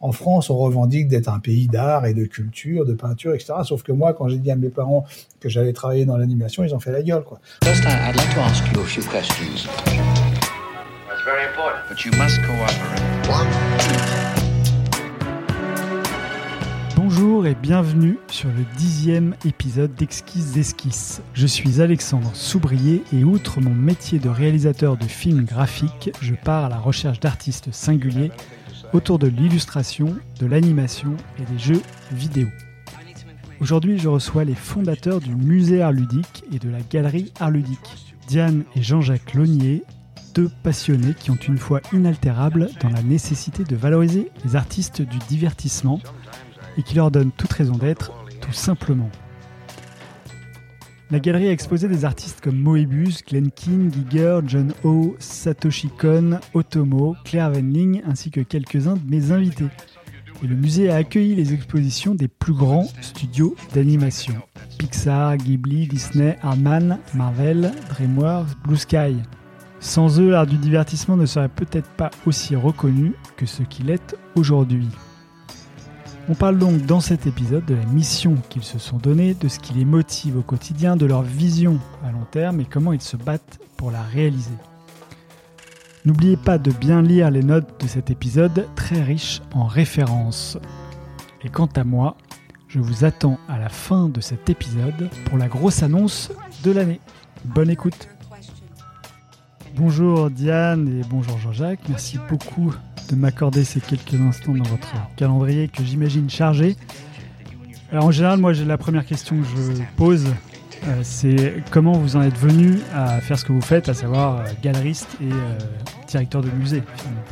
En France, on revendique d'être un pays d'art et de culture, de peinture, etc. Sauf que moi, quand j'ai dit à mes parents que j'allais travailler dans l'animation, ils ont fait la gueule, quoi. First, I'd like to ask you a few questions. That's very important. But you must cooperate. Bonjour et bienvenue sur le 10e épisode d'Exquises Esquisses. Je suis Alexandre Soubrier et outre mon métier de réalisateur de films graphiques, je pars à la recherche d'artistes singuliers autour de l'illustration, de l'animation et des jeux vidéo. Aujourd'hui, je reçois les fondateurs du Musée Art Ludique et de la Galerie Art Ludique, Diane et Jean-Jacques Launier, deux passionnés qui ont une foi inaltérable dans la nécessité de valoriser les artistes du divertissement et qui leur donnent toute raison d'être, tout simplement. La galerie a exposé des artistes comme Moebius, Glen Keane, Giger, John Ho, Satoshi Kon, Otomo, Claire Wendling ainsi que quelques-uns de mes invités. Et le musée a accueilli les expositions des plus grands studios d'animation. Pixar, Ghibli, Disney, Aardman, Marvel, DreamWorks, Blue Sky. Sans eux, l'art du divertissement ne serait peut-être pas aussi reconnu que ce qu'il est aujourd'hui. On parle donc dans cet épisode de la mission qu'ils se sont donnée, de ce qui les motive au quotidien, de leur vision à long terme et comment ils se battent pour la réaliser. N'oubliez pas de bien lire les notes de cet épisode très riche en références. Et quant à moi, je vous attends à la fin de cet épisode pour la grosse annonce de l'année. Bonne écoute. Bonjour Diane et bonjour Jean-Jacques, merci beaucoup de m'accorder ces quelques instants dans votre calendrier que j'imagine chargé. Alors en général, moi, la première question que je pose, c'est comment vous en êtes venu à faire ce que vous faites, à savoir galeriste et directeur de musée.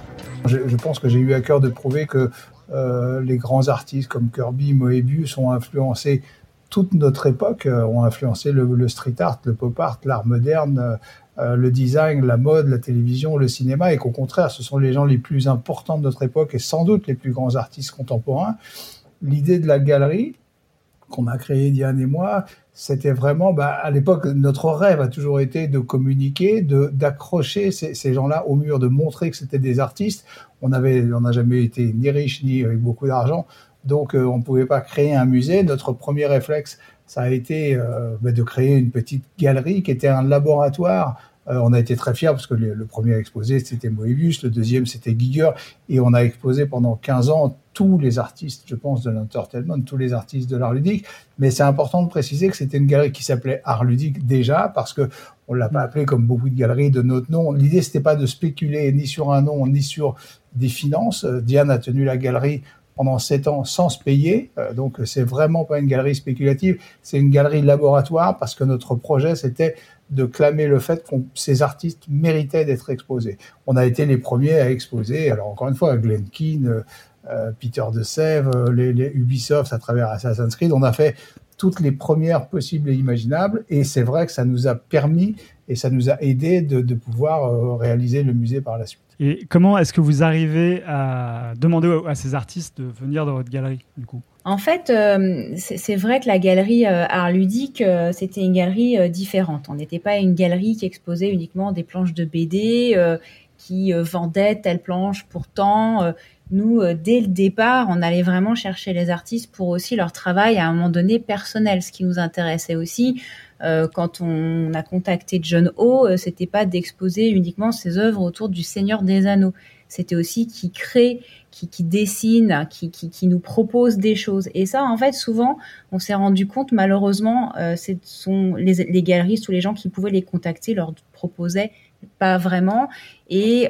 Je pense que j'ai eu à cœur de prouver que les grands artistes comme Kirby, Moebius ont influencé toute notre époque, ont influencé le street art, le pop art, l'art moderne, le design, la mode, la télévision, le cinéma, et qu'au contraire, ce sont les gens les plus importants de notre époque et sans doute les plus grands artistes contemporains. L'idée de la galerie qu'on a créée, Diane et moi, c'était vraiment, à l'époque, notre rêve a toujours été de communiquer, d'accrocher ces gens-là au mur, de montrer que c'était des artistes. On n'a jamais été ni riches ni avec beaucoup d'argent, donc on ne pouvait pas créer un musée. Notre premier réflexe, ça a été de créer une petite galerie qui était un laboratoire. On a été très fiers parce que le premier à exposer, c'était Moebius, le deuxième, c'était Giger, et on a exposé pendant 15 ans tous les artistes, je pense, de l'entertainment, tous les artistes de l'art ludique. Mais c'est important de préciser que c'était une galerie qui s'appelait Art Ludique déjà, parce que on l'a pas appelé comme beaucoup de galeries de notre nom. L'idée, c'était pas de spéculer ni sur un nom, ni sur des finances. Diane a tenu la galerie pendant 7 ans sans se payer, donc c'est vraiment pas une galerie spéculative, c'est une galerie laboratoire parce que notre projet c'était de clamer le fait que ces artistes méritaient d'être exposés. On a été les premiers à exposer, alors encore une fois, Glen Keane, Peter de Sèvres, les Ubisoft à travers Assassin's Creed, on a fait toutes les premières possibles et imaginables, et c'est vrai que ça nous a permis et ça nous a aidé de pouvoir réaliser le musée par la suite. Et comment est-ce que vous arrivez à demander à ces artistes de venir dans votre galerie, du coup ? En fait, c'est vrai que la galerie Art Ludique, c'était une galerie différente. On n'était pas une galerie qui exposait uniquement des planches de BD, qui vendait telle planche pour tant. Nous, dès le départ, on allait vraiment chercher les artistes pour aussi leur travail à un moment donné personnel. Ce qui nous intéressait aussi, quand on a contacté John Ho, c'était pas d'exposer uniquement ses œuvres autour du Seigneur des Anneaux. C'était aussi qu'il crée, qui dessine, qui nous propose des choses. Et ça, en fait, souvent, on s'est rendu compte, malheureusement, ce sont les galeristes ou les gens qui pouvaient les contacter leur proposaient pas vraiment. Et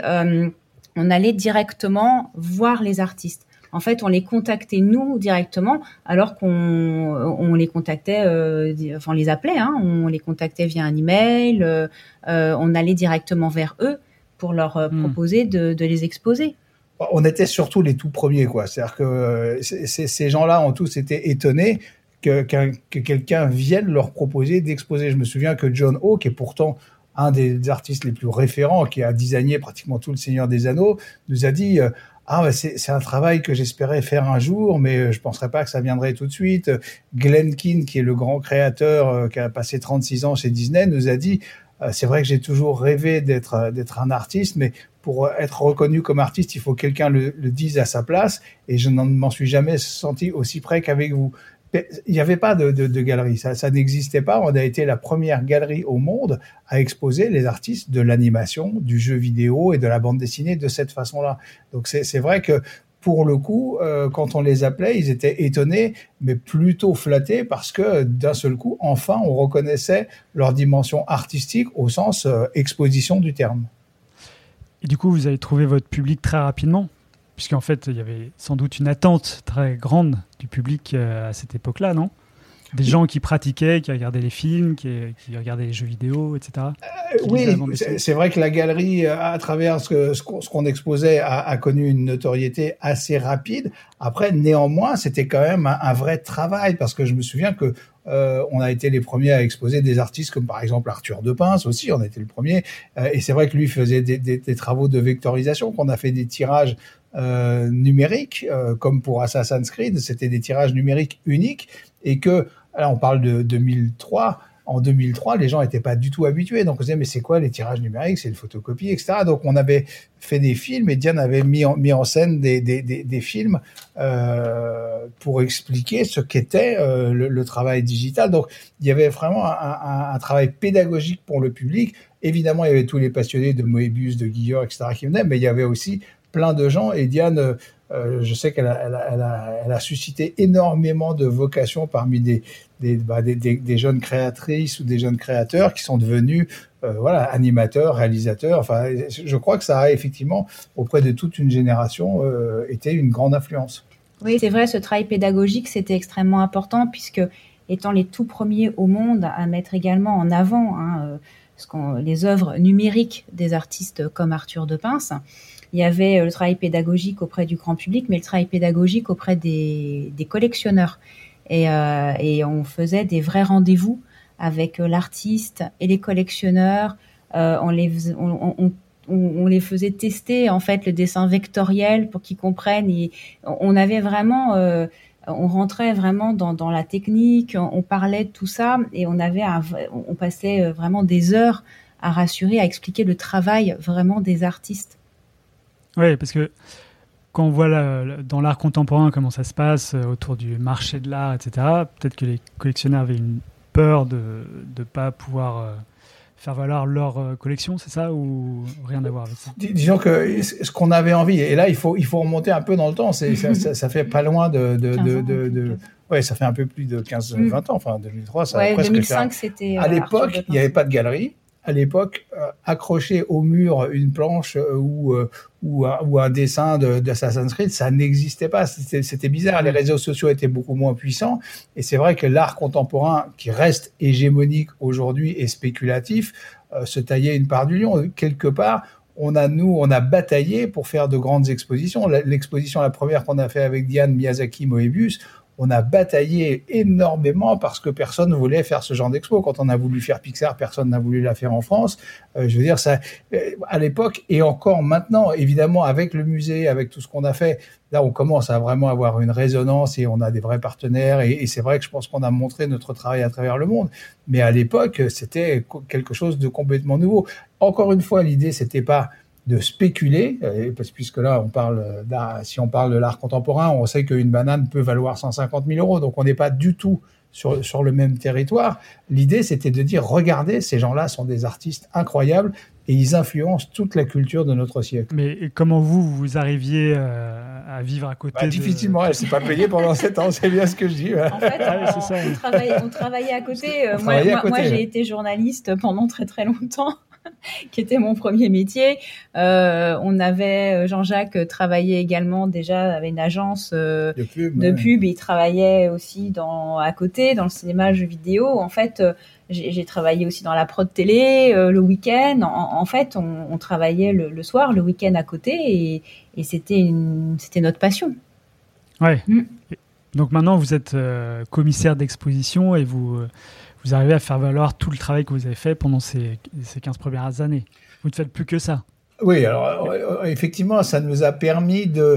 on allait directement voir les artistes. En fait, on les contactait nous directement, alors qu'on les contactait, on les appelait, on les contactait via un email. On allait directement vers eux pour leur proposer de les exposer. On était surtout les tout premiers, quoi. C'est-à-dire que ces gens-là ont tous été étonnés que quelqu'un vienne leur proposer d'exposer. Je me souviens que John Ho, qui est pourtant un des artistes les plus référents, qui a designé pratiquement tout le Seigneur des Anneaux, nous a dit c'est un travail que j'espérais faire un jour, mais je penserais pas que ça viendrait tout de suite. Glen Keane, qui est le grand créateur, qui a passé 36 ans chez Disney, nous a dit C'est vrai que j'ai toujours rêvé d'être un artiste, mais pour être reconnu comme artiste, il faut que quelqu'un le dise à sa place, et je ne m'en suis jamais senti aussi près qu'avec vous. Il n'y avait pas de galerie, ça n'existait pas. On a été la première galerie au monde à exposer les artistes de l'animation, du jeu vidéo et de la bande dessinée de cette façon-là. Donc c'est vrai que pour le coup, quand on les appelait, ils étaient étonnés, mais plutôt flattés parce que d'un seul coup, enfin, on reconnaissait leur dimension artistique au sens exposition du terme. Et du coup, vous avez trouvé votre public très rapidement, puisqu'en fait, il y avait sans doute une attente très grande du public à cette époque-là, non ? Des gens qui pratiquaient, qui regardaient les films, qui regardaient les jeux vidéo, etc. Oui, c'est vrai que la galerie, à travers ce qu'on exposait, a connu une notoriété assez rapide. Après, néanmoins, c'était quand même un vrai travail, parce que je me souviens que on a été les premiers à exposer des artistes comme par exemple Arthur de Pince aussi, on a été le premier. Et c'est vrai que lui faisait des travaux de vectorisation, qu'on a fait des tirages numériques, comme pour Assassin's Creed, c'était des tirages numériques uniques, et que là, on parle de 2003. En 2003, les gens n'étaient pas du tout habitués. Donc, on se disait, mais c'est quoi les tirages numériques? C'est une photocopie, etc. Donc, on avait fait des films, et Diane avait mis en scène des films pour expliquer ce qu'était le travail digital. Donc, il y avait vraiment un travail pédagogique pour le public. Évidemment, il y avait tous les passionnés de Moebius, de Giger, etc. qui venaient, mais il y avait aussi plein de gens. Et Diane, je sais qu'elle a suscité énormément de vocations parmi des jeunes créatrices ou des jeunes créateurs qui sont devenus animateurs, réalisateurs. Enfin, je crois que ça a effectivement, auprès de toute une génération, été une grande influence. Oui, c'est vrai, ce travail pédagogique, c'était extrêmement important, puisque étant les tout premiers au monde à mettre également en avant les œuvres numériques des artistes comme Arthur de Pince, il y avait le travail pédagogique auprès du grand public, mais le travail pédagogique auprès des collectionneurs. Et on faisait des vrais rendez-vous avec l'artiste et les collectionneurs. On les faisait tester en fait le dessin vectoriel pour qu'ils comprennent. Et on avait vraiment, on rentrait vraiment dans la technique. On parlait de tout ça, et on passait vraiment des heures à rassurer, à expliquer le travail vraiment des artistes. Oui, parce que quand on voit dans l'art contemporain comment ça se passe autour du marché de l'art, etc., peut-être que les collectionneurs avaient une peur de ne pas pouvoir faire valoir leur collection, c'est ça, ou rien à voir avec ça? Disons que ce qu'on avait envie, et là il faut remonter un peu dans le temps, ça fait pas loin ouais, ça fait un peu plus de 15-20 ans, enfin 2003, ça a presque 2005, c'était à l'époque, il n'y avait pas de galerie. À l'époque, accrocher au mur une planche ou un dessin d'Assassin's Creed, ça n'existait pas. C'était bizarre. Les réseaux sociaux étaient beaucoup moins puissants. Et c'est vrai que l'art contemporain, qui reste hégémonique aujourd'hui et spéculatif, se taillait une part du lion. Quelque part, on a bataillé pour faire de grandes expositions. L'exposition, la première qu'on a fait avec Diane, Miyazaki, Moebius, on a bataillé énormément parce que personne ne voulait faire ce genre d'expo. Quand on a voulu faire Pixar, personne n'a voulu la faire en France. Je veux dire, ça, à l'époque et encore maintenant, évidemment, avec le musée, avec tout ce qu'on a fait, là, on commence à vraiment avoir une résonance et on a des vrais partenaires. Et c'est vrai que je pense qu'on a montré notre travail à travers le monde. Mais à l'époque, c'était quelque chose de complètement nouveau. Encore une fois, l'idée, c'était pas de spéculer, puisque là, si on parle de l'art contemporain, on sait qu'une banane peut valoir 150 000 euros, donc on n'est pas du tout sur le même territoire. L'idée, c'était de dire, regardez, ces gens-là sont des artistes incroyables et ils influencent toute la culture de notre siècle. Mais comment vous arriviez à vivre à côté difficilement, elle ne s'est pas payée pendant 7 ans, c'est bien ce que je dis. En fait, on travaillait à côté. Moi, j'ai été journaliste pendant très très longtemps. Qui était mon premier métier. On avait Jean-Jacques travaillait également déjà avec une agence de pub. Il travaillait aussi à côté dans le cinéma, jeux vidéo. En fait, j'ai travaillé aussi dans la prod télé le week-end. En fait, on travaillait le soir, le week-end à côté, et c'était notre passion. Ouais. Donc maintenant, vous êtes commissaire d'exposition et vous arrivez à faire valoir tout le travail que vous avez fait pendant ces 15 premières années. Vous ne faites plus que ça. Oui, alors effectivement, ça nous a permis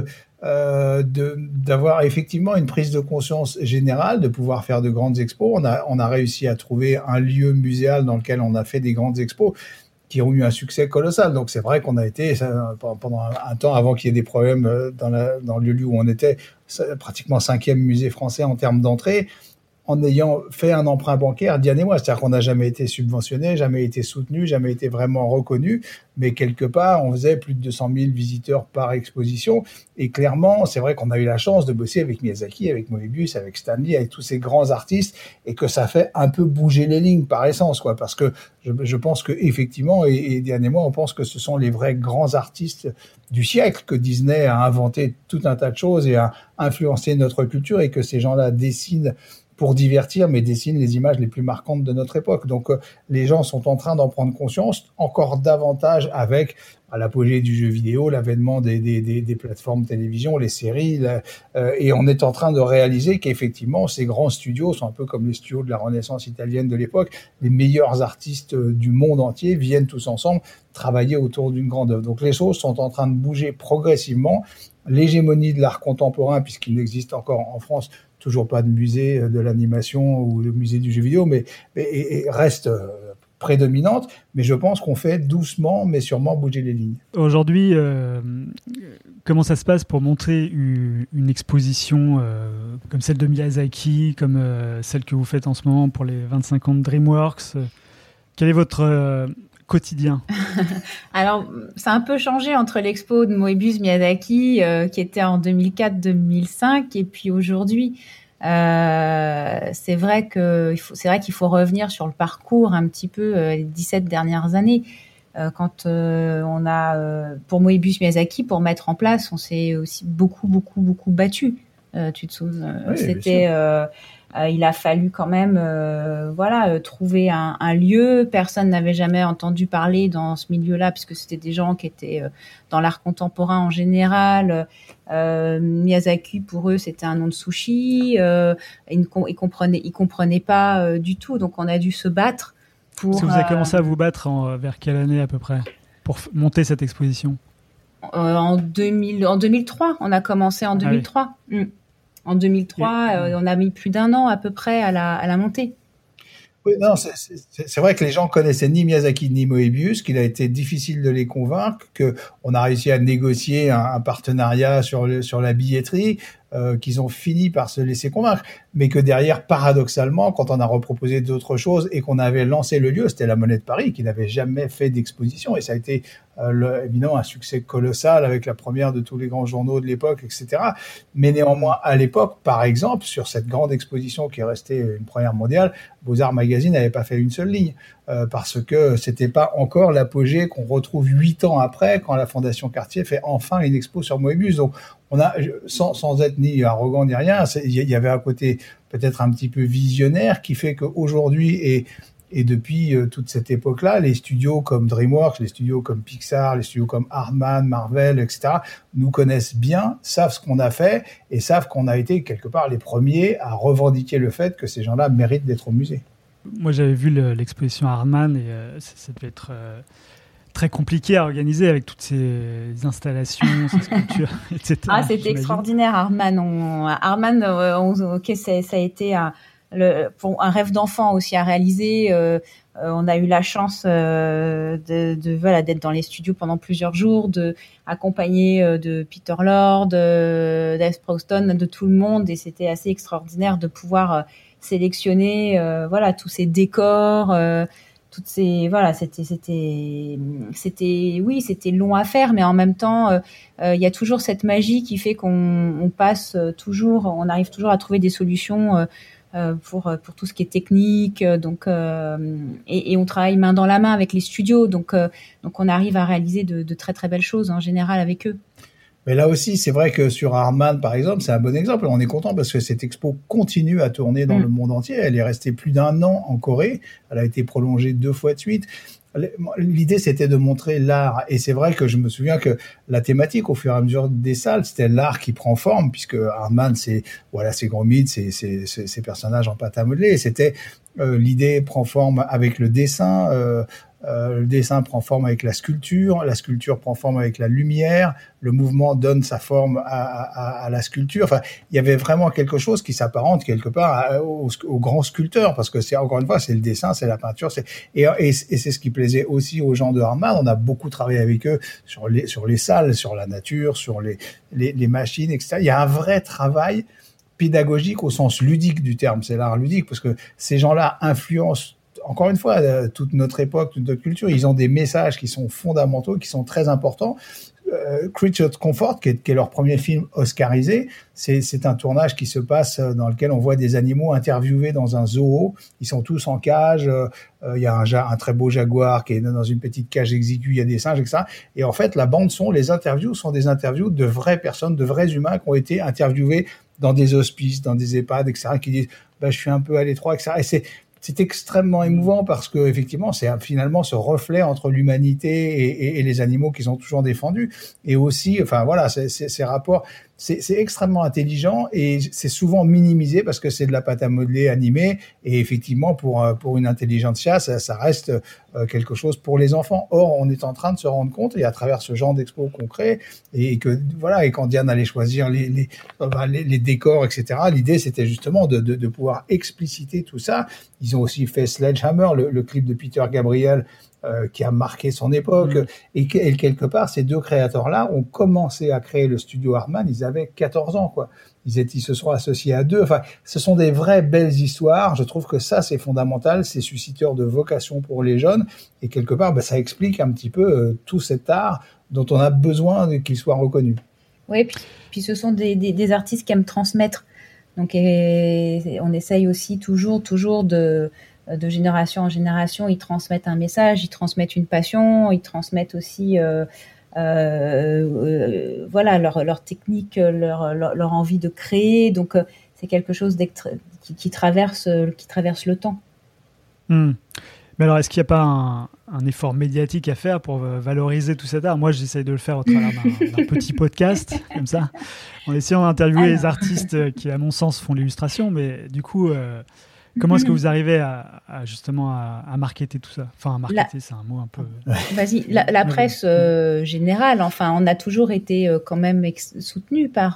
d'avoir effectivement une prise de conscience générale, de pouvoir faire de grandes expos. On a réussi à trouver un lieu muséal dans lequel on a fait des grandes expos qui ont eu un succès colossal. Donc c'est vrai qu'on a été pendant un temps, avant qu'il y ait des problèmes dans le lieu où on était, pratiquement 5e musée français en termes d'entrée, en ayant fait un emprunt bancaire, Diane et moi. C'est-à-dire qu'on n'a jamais été subventionné, jamais été soutenu, jamais été vraiment reconnu, mais quelque part, on faisait plus de 200 000 visiteurs par exposition. Et clairement, c'est vrai qu'on a eu la chance de bosser avec Miyazaki, avec Moebius, avec Stanley, avec tous ces grands artistes, et que ça fait un peu bouger les lignes par essence, quoi. Parce que je pense que effectivement, et Diane et moi, on pense que ce sont les vrais grands artistes du siècle, que Disney a inventé tout un tas de choses et a influencé notre culture, et que ces gens-là dessinent pour divertir, mais dessinent les images les plus marquantes de notre époque. Donc, les gens sont en train d'en prendre conscience encore davantage avec l'apogée du jeu vidéo, l'avènement des plateformes télévision, les séries, et on est en train de réaliser qu'effectivement, ces grands studios sont un peu comme les studios de la Renaissance italienne de l'époque. Les meilleurs artistes du monde entier viennent tous ensemble travailler autour d'une grande œuvre. Donc, les choses sont en train de bouger progressivement. L'hégémonie de l'art contemporain, puisqu'il n'existe encore en France toujours pas de musée de l'animation ou de musée du jeu vidéo, mais reste prédominante. Mais je pense qu'on fait doucement, mais sûrement bouger les lignes. Aujourd'hui, comment ça se passe pour montrer une exposition comme celle de Miyazaki, comme celle que vous faites en ce moment pour les 25 ans de DreamWorks? Quel est votre quotidien? Alors, ça a un peu changé entre l'expo de Moebius Miyazaki, qui était en 2004-2005, et puis aujourd'hui. C'est vrai qu'il faut revenir sur le parcours un petit peu les 17 dernières années. Quand on a pour Moebius Miyazaki, pour mettre en place, on s'est aussi beaucoup battu. Tu te souviens, oui, c'était il a fallu quand même trouver un lieu. Personne n'avait jamais entendu parler dans ce milieu-là, puisque c'était des gens qui étaient dans l'art contemporain en général. Miyazaki, pour eux, c'était un nom de sushi. Ils comprenaient pas du tout. Donc, on a dû se battre pour... Vous avez commencé à vous battre vers quelle année à peu près pour monter cette exposition? En 2003. On a commencé en 2003. En 2003, on a mis plus d'1 an à peu près à la montée. Oui, non, c'est vrai que les gens connaissaient ni Miyazaki ni Moebius, qu'il a été difficile de les convaincre, que on a réussi à négocier un partenariat sur la billetterie, qu'ils ont fini par se laisser convaincre, mais que derrière, paradoxalement, quand on a reproposé d'autres choses et qu'on avait lancé le lieu, c'était la Monnaie de Paris, qui n'avait jamais fait d'exposition, et ça a été évidemment un succès colossal avec la première de tous les grands journaux de l'époque, etc. Mais néanmoins, à l'époque, par exemple, sur cette grande exposition qui est restée une première mondiale, Beaux-Arts Magazine n'avait pas fait une seule ligne, parce que c'était pas encore l'apogée qu'on retrouve 8 ans après, quand la Fondation Cartier fait enfin une expo sur Moebius. Donc, on a, sans être ni arrogant ni rien, il y avait un côté peut-être un petit peu visionnaire qui fait qu'aujourd'hui et depuis toute cette époque-là, les studios comme DreamWorks, les studios comme Pixar, les studios comme Aardman, Marvel, etc., nous connaissent bien, savent ce qu'on a fait et savent qu'on a été quelque part les premiers à revendiquer le fait que ces gens-là méritent d'être au musée. Moi, j'avais vu l'exposition Aardman et ça devait être très compliqué à organiser avec toutes ces installations, ces sculptures, etc. Ah, c'était extraordinaire, Aardman. Ça a été pour un rêve d'enfant aussi à réaliser. On a eu la chance d'être dans les studios pendant plusieurs jours, accompagné de Peter Lord, d'Eve Prouston, de tout le monde, et c'était assez extraordinaire de pouvoir sélectionner tous ces décors, c'était long à faire, mais en même temps il y a toujours cette magie qui fait qu'on arrive toujours à trouver des solutions pour tout ce qui est technique, donc et on travaille main dans la main avec les studios, donc on arrive à réaliser de très très belles choses en général avec eux. Mais là aussi, c'est vrai que sur Aardman, par exemple, c'est un bon exemple. On est content parce que cette expo continue à tourner dans le monde entier. Elle est restée plus d'1 an en Corée. Elle a été prolongée 2 fois de suite. L'idée, c'était de montrer l'art. Et c'est vrai que je me souviens que la thématique, au fur et à mesure des salles, c'était l'art qui prend forme, puisque Aardman, c'est gros mythes, ces personnages en pâte à modeler. C'était l'idée prend forme avec le dessin. le dessin prend forme avec la sculpture prend forme avec la lumière, le mouvement donne sa forme à la sculpture. Enfin, il y avait vraiment quelque chose qui s'apparente quelque part au grand sculpteur, parce que c'est, encore une fois, c'est le dessin, c'est la peinture, et c'est ce qui plaisait aussi aux gens de Hardman. On a beaucoup travaillé avec eux sur les salles, sur la nature, sur les machines, etc. Il y a un vrai travail pédagogique au sens ludique du terme, c'est l'art ludique, parce que ces gens-là influencent, encore une fois, toute notre époque, toute notre culture. Ils ont des messages qui sont fondamentaux, qui sont très importants. Creature Comfort, qui est leur premier film oscarisé, c'est un tournage qui se passe dans lequel on voit des animaux interviewés dans un zoo. Ils sont tous en cage. Il y a un très beau jaguar qui est dans une petite cage exiguë. Il y a des singes, etc. Et en fait, la bande son, les interviews sont des interviews de vraies personnes, de vrais humains qui ont été interviewés dans des hospices, dans des EHPAD, etc., qui disent je suis un peu à l'étroit, etc. Et c'est extrêmement émouvant, parce que effectivement, c'est finalement ce reflet entre l'humanité et les animaux qu'ils ont toujours défendus. Et aussi, enfin voilà, ces rapports, c'est extrêmement intelligent, et c'est souvent minimisé parce que c'est de la pâte à modeler animée. Et effectivement, pour une intelligentsia, ça reste quelque chose pour les enfants. Or, on est en train de se rendre compte, et à travers ce genre d'expo qu'on crée, et que voilà, et quand Diane allait choisir les décors, etc., l'idée c'était justement de pouvoir expliciter tout ça. Ils ont aussi fait Sledgehammer, le clip de Peter Gabriel, qui a marqué son époque. Et quelque part, ces deux créateurs-là ont commencé à créer le studio Hardman, ils avaient 14 ans, quoi. Ils se sont associés à deux. Enfin, ce sont des vraies belles histoires. Je trouve que ça, c'est fondamental. C'est susciteur de vocation pour les jeunes. Et quelque part, ça explique un petit peu tout cet art dont on a besoin qu'il soit reconnu. Oui, puis ce sont des artistes qui aiment transmettre. Donc, on essaye aussi toujours de génération en génération, ils transmettent un message, ils transmettent une passion, ils transmettent aussi voilà, leur technique, leur envie de créer. Donc c'est quelque chose qui traverse le temps. Mais alors, est-ce qu'il n'y a pas un effort médiatique à faire pour valoriser tout cet art? Moi, j'essaye de le faire au travers d'un petit podcast, comme ça, en essayant d'interviewer les artistes qui, à mon sens, font l'illustration. Mais du coup, comment est-ce que vous arrivez à justement à marketer tout ça? Enfin, marketer, c'est un mot un peu... Vas-y, la presse générale, enfin, on a toujours été quand même soutenu par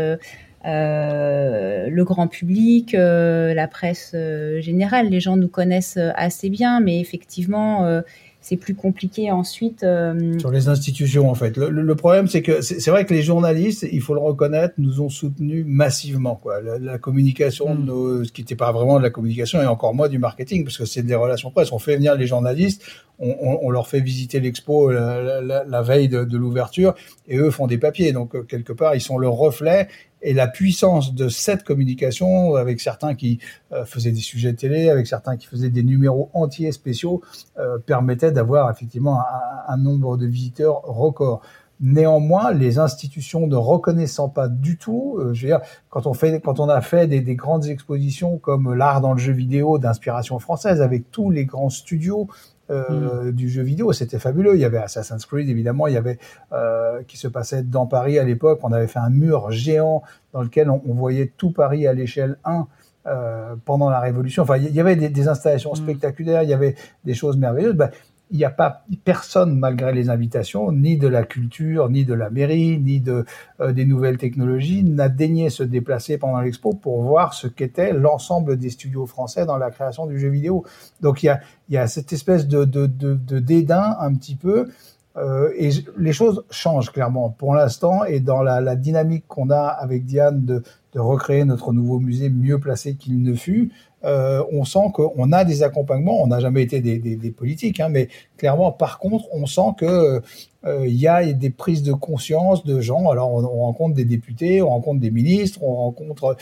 le grand public, la presse générale. Les gens nous connaissent assez bien, mais effectivement... c'est plus compliqué ensuite. Sur les institutions, en fait. Le problème, c'est que c'est vrai que les journalistes, il faut le reconnaître, nous ont soutenus massivement, quoi. La communication, ce qui n'était pas vraiment de la communication, et encore moins du marketing, parce que c'est des relations presse. On fait venir les journalistes, on leur fait visiter l'expo la veille de l'ouverture, et eux font des papiers. Donc, quelque part, ils sont le reflet. Et la puissance de cette communication, avec certains qui faisaient des sujets de télé, avec certains qui faisaient des numéros entiers spéciaux, permettait d'avoir effectivement un nombre de visiteurs record. Néanmoins, les institutions ne reconnaissant pas du tout, je veux dire, quand on a fait des grandes expositions comme l'art dans le jeu vidéo d'inspiration française, avec tous les grands studios du jeu vidéo, c'était fabuleux. Il y avait Assassin's Creed, évidemment, il y avait qui se passait dans Paris à l'époque. On avait fait un mur géant dans lequel on voyait tout Paris à l'échelle 1 pendant la Révolution. Enfin, il y avait des installations spectaculaires, il y avait des choses merveilleuses. Il n'y a pas personne, malgré les invitations, ni de la culture, ni de la mairie, ni des nouvelles technologies, n'a daigné se déplacer pendant l'expo pour voir ce qu'était l'ensemble des studios français dans la création du jeu vidéo. Donc il y a cette espèce de dédain un petit peu, et les choses changent clairement pour l'instant, et dans la dynamique qu'on a avec Diane de recréer notre nouveau musée mieux placé qu'il ne fut. On sent qu'on a des accompagnements. On n'a jamais été des politiques, mais clairement, par contre, on sent que il y a des prises de conscience de gens. Alors, on rencontre des députés, on rencontre des ministres, on rencontre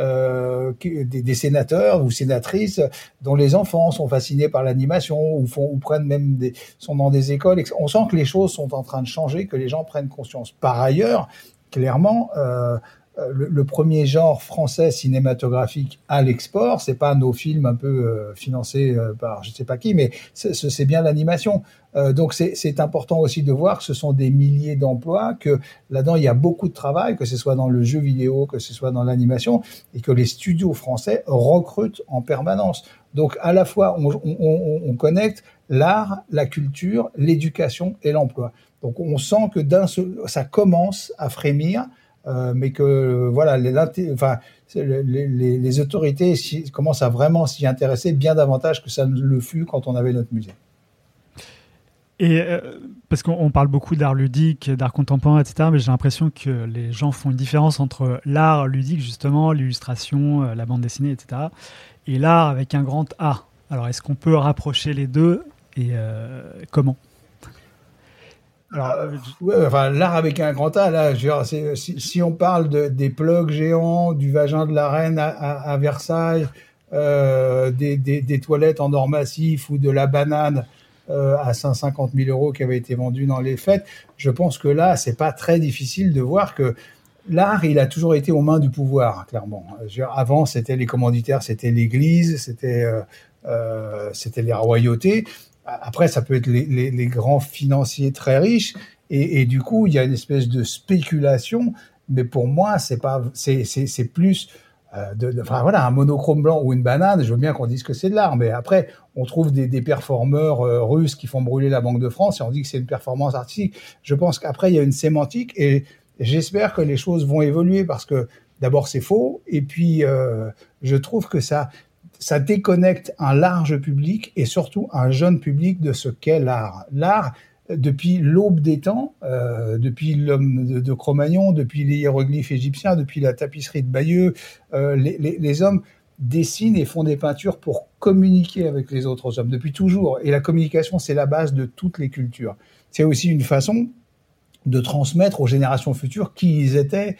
des sénateurs ou sénatrices dont les enfants sont fascinés par l'animation ou prennent même sont dans des écoles. On sent que les choses sont en train de changer, que les gens prennent conscience. Par ailleurs, clairement, le premier genre français cinématographique à l'export, c'est pas nos films un peu financés par je sais pas qui, mais c'est bien l'animation. Donc c'est important aussi de voir que ce sont des milliers d'emplois, que là-dedans il y a beaucoup de travail, que ce soit dans le jeu vidéo, que ce soit dans l'animation, et que les studios français recrutent en permanence. Donc à la fois on connecte l'art, la culture, l'éducation et l'emploi. Donc on sent que ça commence à frémir, mais que voilà, les autorités commencent à vraiment s'y intéresser bien davantage que ça ne le fut quand on avait notre musée. Et parce qu'on parle beaucoup d'art ludique, d'art contemporain, etc., mais j'ai l'impression que les gens font une différence entre l'art ludique, justement, l'illustration, la bande dessinée, etc., et l'art avec un grand A. Alors, est-ce qu'on peut rapprocher les deux et comment ? Alors, l'art avec un grand A, là, si on parle des plugs géants, du vagin de la reine à Versailles, des toilettes en or massif ou de la banane à 150 000 € qui avait été vendue dans les fêtes, je pense que là, c'est pas très difficile de voir que l'art, il a toujours été aux mains du pouvoir, clairement. Avant, c'était les commanditaires, c'était l'Église, c'était les royautés. Après, ça peut être les grands financiers très riches, et du coup, il y a une espèce de spéculation. Mais pour moi, c'est plus un monochrome blanc ou une banane. Je veux bien qu'on dise que c'est de l'art, mais après, on trouve des performeurs russes qui font brûler la Banque de France et on dit que c'est une performance artistique. Je pense qu'après, il y a une sémantique, et j'espère que les choses vont évoluer parce que d'abord, c'est faux, et puis je trouve que ça déconnecte un large public et surtout un jeune public de ce qu'est l'art. L'art, depuis l'aube des temps, depuis l'homme de Cro-Magnon, depuis les hiéroglyphes égyptiens, depuis la tapisserie de Bayeux, les hommes dessinent et font des peintures pour communiquer avec les autres hommes, depuis toujours. Et la communication, c'est la base de toutes les cultures. C'est aussi une façon de transmettre aux générations futures qui ils étaient,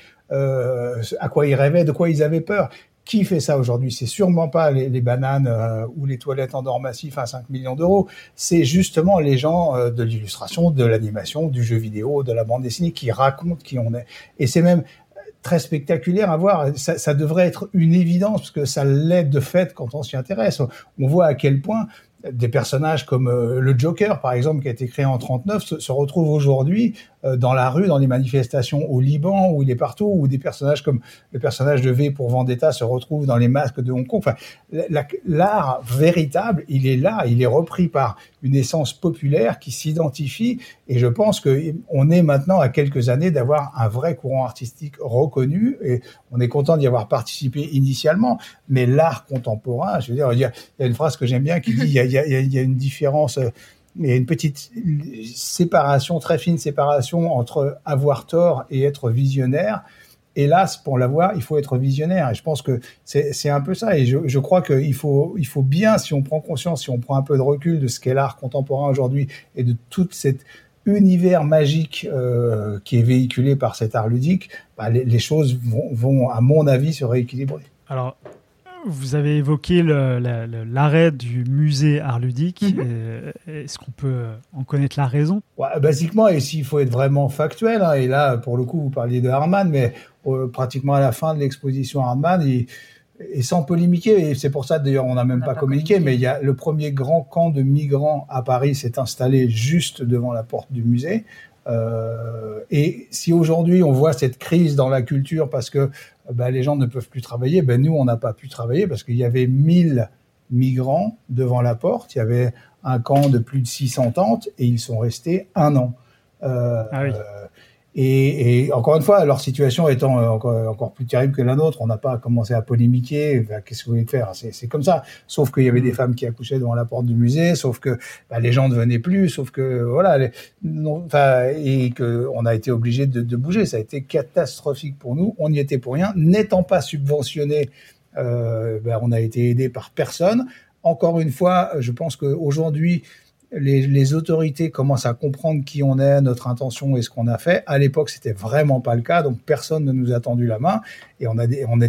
à quoi ils rêvaient, de quoi ils avaient peur. Qui fait ça aujourd'hui ? C'est sûrement pas les bananes ou les toilettes en or massif à 5 millions d'euros. C'est justement les gens de l'illustration, de l'animation, du jeu vidéo, de la bande dessinée qui racontent qui on est. Et c'est même très spectaculaire à voir. Ça devrait être une évidence parce que ça l'est de fait quand on s'y intéresse. On voit à quel point des personnages comme le Joker, par exemple, qui a été créé en 1939, se retrouvent aujourd'hui dans la rue, dans les manifestations au Liban, où il est partout, où des personnages comme le personnage de V pour Vendetta se retrouvent dans les masques de Hong Kong. Enfin, l'art véritable, il est là, il est repris par une essence populaire qui s'identifie, et je pense qu'on est maintenant à quelques années d'avoir un vrai courant artistique reconnu, et on est content d'y avoir participé initialement, mais l'art contemporain, je veux dire, il y a une phrase que j'aime bien qui dit il y a une différence, il y a une petite séparation, très fine séparation entre avoir tort et être visionnaire. Hélas, pour l'avoir, il faut être visionnaire. Et je pense que c'est un peu ça. Et je crois qu'il faut bien, si on prend conscience, si on prend un peu de recul de ce qu'est l'art contemporain aujourd'hui et de tout cet univers magique qui est véhiculé par cet art ludique, les choses vont, à mon avis, se rééquilibrer. Alors, vous avez évoqué l'arrêt du musée art ludique. Est-ce qu'on peut en connaître la raison ? Basiquement, et s'il faut être vraiment factuel, hein, et là, pour le coup, vous parliez de Hartmann, mais pratiquement à la fin de l'exposition Hartmann, et sans polémiquer, et c'est pour ça d'ailleurs on n'a même pas communiqué, mais il y a le premier grand camp de migrants à Paris s'est installé juste devant la porte du musée. Et si aujourd'hui on voit cette crise dans la culture parce que les gens ne peuvent plus travailler, nous on n'a pas pu travailler parce qu'il y avait 1000 migrants devant la porte, il y avait un camp de plus de 600 tentes et ils sont restés 1 an. Ah oui. Et encore une fois, leur situation étant encore plus terrible que la nôtre, on n'a pas commencé à polémiquer. Qu'est-ce que vous voulez faire ? C'est comme ça. Sauf qu'il y avait des femmes qui accouchaient devant la porte du musée, sauf que les gens ne venaient plus, sauf que voilà, et que on a été obligé de bouger. Ça a été catastrophique pour nous. On n'y était pour rien. N'étant pas subventionné, on a été aidé par personne. Encore une fois, je pense qu'aujourd'hui, les autorités commencent à comprendre qui on est, notre intention et ce qu'on a fait. À l'époque, c'était vraiment pas le cas, donc personne ne nous a tendu la main et on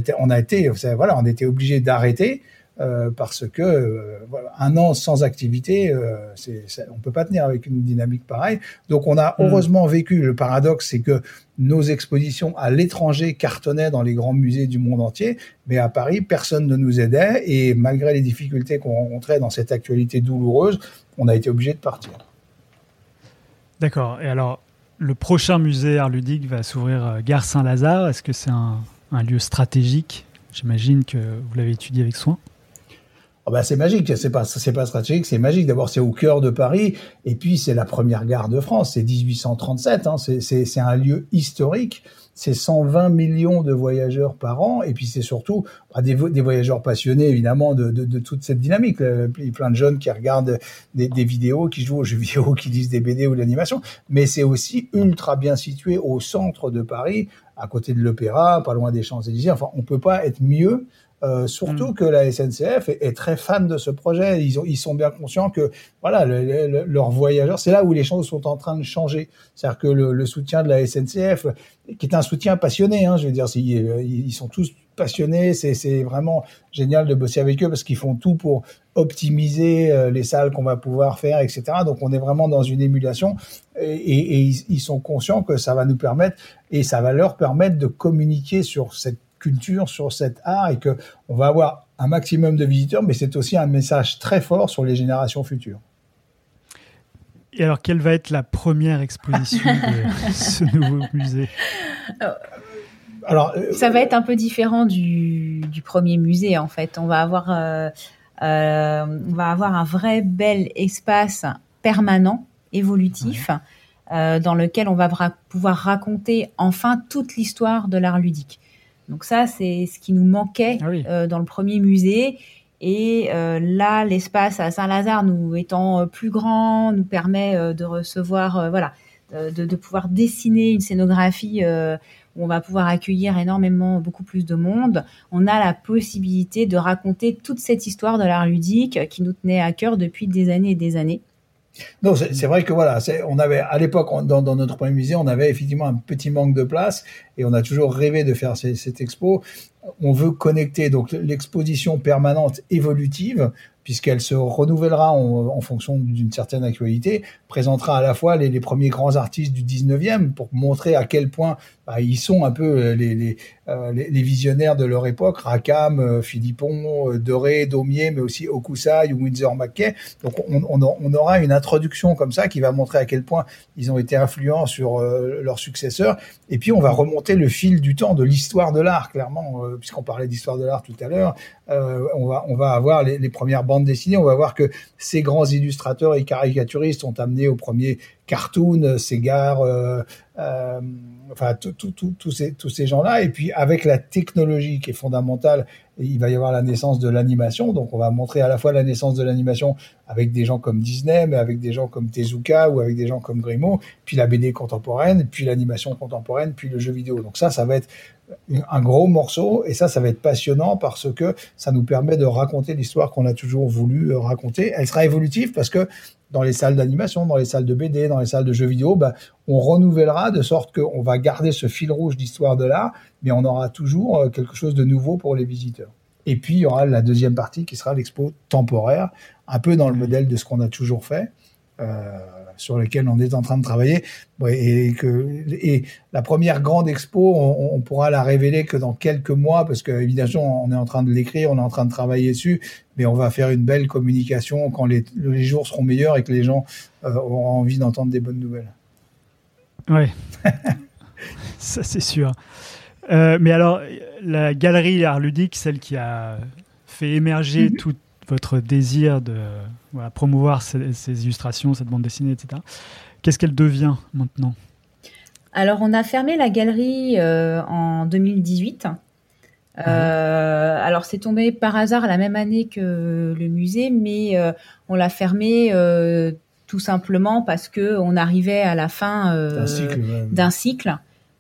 était obligé d'arrêter parce que 1 an sans activité, on peut pas tenir avec une dynamique pareille. Donc on a heureusement vécu. Le paradoxe, c'est que nos expositions à l'étranger cartonnaient dans les grands musées du monde entier, mais à Paris, personne ne nous aidait et malgré les difficultés qu'on rencontrait dans cette actualité douloureuse, on a été obligé de partir. D'accord. Et alors, le prochain musée art ludique va s'ouvrir Gare Saint-Lazare. Est-ce que c'est un lieu stratégique ? J'imagine que vous l'avez étudié avec soin. Oh bah c'est magique, c'est pas stratégique, c'est magique. D'abord, c'est au cœur de Paris, et puis c'est la première gare de France, c'est 1837, hein, c'est un lieu historique. C'est 120 millions de voyageurs par an, et puis c'est surtout des voyageurs passionnés, évidemment, de toute cette dynamique. Il y a plein de jeunes qui regardent des vidéos, qui jouent aux jeux vidéo, qui lisent des BD ou de l'animation, mais c'est aussi ultra bien situé au centre de Paris, à côté de l'Opéra, pas loin des Champs-Élysées. Enfin, on peut pas être mieux. Surtout que la SNCF est très fan de ce projet. Ils sont bien conscients que voilà, leurs voyageurs, c'est là où les choses sont en train de changer. C'est-à-dire que le soutien de la SNCF, qui est un soutien passionné, hein, je veux dire, ils sont tous passionnés. C'est vraiment génial de bosser avec eux parce qu'ils font tout pour optimiser les salles qu'on va pouvoir faire, etc. Donc on est vraiment dans une émulation et ils sont conscients que ça va nous permettre et ça va leur permettre de communiquer sur cette culture, sur cet art, et que on va avoir un maximum de visiteurs, mais c'est aussi un message très fort sur les générations futures. Et alors, quelle va être la première exposition de ce nouveau musée ? Alors, ça va être un peu différent du premier musée, en fait. On va avoir un vrai bel espace permanent, évolutif, dans lequel on va pouvoir raconter enfin toute l'histoire de l'art ludique. Donc ça, c'est ce qui nous manquait dans le premier musée. Et là, l'espace à Saint-Lazare, nous étant plus grand, nous permet de recevoir, de pouvoir dessiner une scénographie où on va pouvoir accueillir beaucoup plus de monde. On a la possibilité de raconter toute cette histoire de l'art ludique qui nous tenait à cœur depuis des années et des années. Non, c'est vrai que voilà, on avait à l'époque dans notre premier musée, on avait effectivement un petit manque de place et on a toujours rêvé de faire cette expo. On veut connecter donc l'exposition permanente évolutive, puisqu'elle se renouvellera en fonction d'une certaine actualité, présentera à la fois les premiers grands artistes du 19e pour montrer à quel point ils sont un peu les visionnaires de leur époque, Rackham, Philippon, Doré, Daumier, mais aussi Hokusai ou Winsor McKay. Donc on aura une introduction comme ça qui va montrer à quel point ils ont été influents sur leurs successeurs. Et puis on va remonter le fil du temps de l'histoire de l'art, clairement, puisqu'on parlait d'histoire de l'art tout à l'heure. On va avoir les premières bandes dessinées. On va voir que ces grands illustrateurs et caricaturistes ont amené au premier cartoon, Segar, tous ces gens-là. Et puis avec la technologie qui est fondamentale, il va y avoir la naissance de l'animation. Donc on va montrer à la fois la naissance de l'animation avec des gens comme Disney, mais avec des gens comme Tezuka ou avec des gens comme Grimaud, puis la BD contemporaine, puis l'animation contemporaine, puis le jeu vidéo. Donc ça va être un gros morceau, et ça va être passionnant parce que ça nous permet de raconter l'histoire qu'on a toujours voulu raconter. Elle sera évolutive parce que dans les salles d'animation, dans les salles de BD, dans les salles de jeux vidéo, on renouvellera de sorte qu'on va garder ce fil rouge d'histoire de l'art, mais on aura toujours quelque chose de nouveau pour les visiteurs. Et puis, il y aura la deuxième partie qui sera l'expo temporaire, un peu dans le modèle de ce qu'on a toujours fait, sur lequel on est en train de travailler. Et la première grande expo, on pourra la révéler que dans quelques mois, parce que évidemment, on est en train de l'écrire, on est en train de travailler dessus, mais on va faire une belle communication quand les jours seront meilleurs et que les gens auront envie d'entendre des bonnes nouvelles. Ouais, ça c'est sûr. Mais alors, la galerie Art Ludique, celle qui a fait émerger tout votre désir de promouvoir ces illustrations, cette bande dessinée, etc. Qu'est-ce qu'elle devient maintenant ? Alors, on a fermé la galerie en 2018. Alors, c'est tombé par hasard la même année que le musée, mais on l'a fermé tout simplement parce qu'on arrivait à la fin d'un cycle.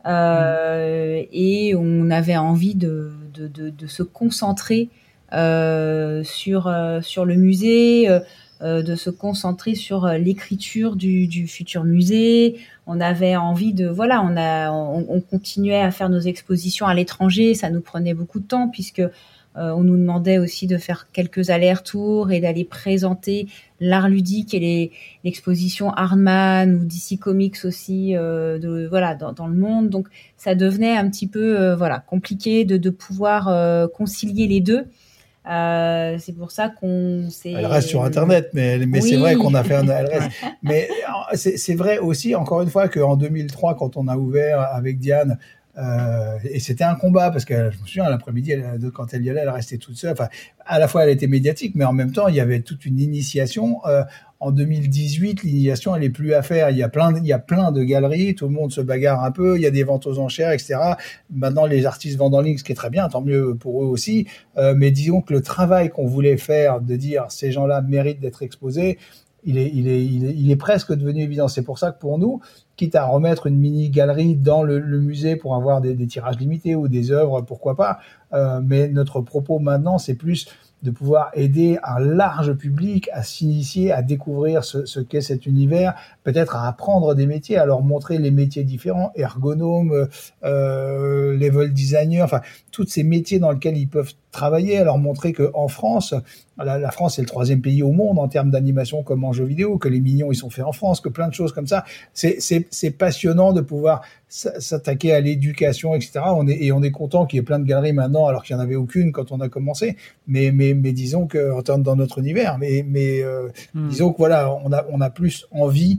Et on avait envie de se concentrer sur le musée, de se concentrer sur l'écriture du futur musée. On avait envie on continuait à faire nos expositions à l'étranger, ça nous prenait beaucoup de temps puisque on nous demandait aussi de faire quelques allers-retours et d'aller présenter l'art ludique et l'exposition Hardman ou DC Comics aussi dans le monde. Donc ça devenait un petit peu compliqué de pouvoir concilier les deux. C'est pour ça qu'on s'est... Elle reste sur Internet, mais oui. C'est vrai qu'on a fait elle reste. Mais c'est vrai aussi, encore une fois, qu'en 2003, quand on a ouvert avec Diane Et c'était un combat parce que je me souviens l'après-midi, quand elle y allait, elle restait toute seule. Enfin, à la fois elle était médiatique, mais en même temps il y avait toute une initiation. En 2018, l'initiation elle est plus à faire. Il y a plein de galeries, tout le monde se bagarre un peu. Il y a des ventes aux enchères, etc. Maintenant les artistes vendent en ligne, ce qui est très bien, tant mieux pour eux aussi. Mais disons que le travail qu'on voulait faire de dire ces gens-là méritent d'être exposés, il est presque devenu évident. C'est pour ça que pour nous, quitte à remettre une mini-galerie dans le musée pour avoir des tirages limités ou des œuvres, pourquoi pas. Mais notre propos maintenant, c'est plus de pouvoir aider un large public à s'initier, à découvrir ce qu'est cet univers, peut-être à apprendre des métiers, à leur montrer les métiers différents, ergonomes, level designer, enfin, tous ces métiers dans lesquels ils peuvent travailler, à leur montrer qu'en France, la France est le 3e pays au monde en termes d'animation comme en jeux vidéo, que les Mignons ils sont faits en France, que plein de choses comme ça. C'est passionnant de pouvoir s'attaquer à l'éducation, etc. On est content qu'il y ait plein de galeries maintenant, alors qu'il n'y en avait aucune quand on a commencé. Mais disons que dans notre univers, disons que voilà, on a plus envie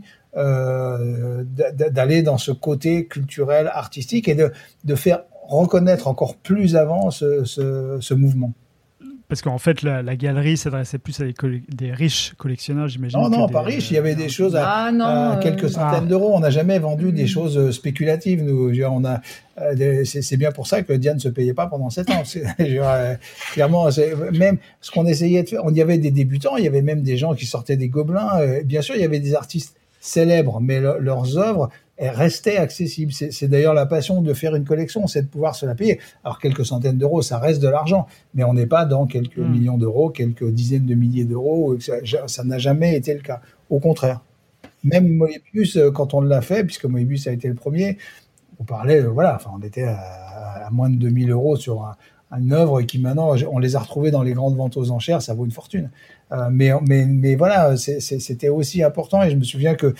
d'aller dans ce côté culturel, artistique et de faire reconnaître encore plus avant ce mouvement. Parce qu'en fait, la galerie s'adressait plus à des riches collectionneurs, j'imagine. Non, pas riches. Il y avait des choses à quelques centaines d'euros. On n'a jamais vendu des choses spéculatives. Nous, c'est bien pour ça que Diane ne se payait pas pendant 7 ans. Clairement, même ce qu'on essayait de faire, il y avait des débutants, il y avait même des gens qui sortaient des gobelins. Bien sûr, il y avait des artistes célèbres, mais leurs œuvres restaient accessibles. C'est d'ailleurs la passion de faire une collection, c'est de pouvoir se la payer. Alors, quelques centaines d'euros, ça reste de l'argent, mais on n'est pas dans quelques millions d'euros, quelques dizaines de milliers d'euros. Ça n'a jamais été le cas. Au contraire. Même Moebius, quand on l'a fait, puisque Moebius a été le premier, on parlait, on était à moins de 2000 euros sur une œuvre qui maintenant, on les a retrouvées dans les grandes ventes aux enchères, ça vaut une fortune. Mais voilà, c'était aussi important, et je me souviens que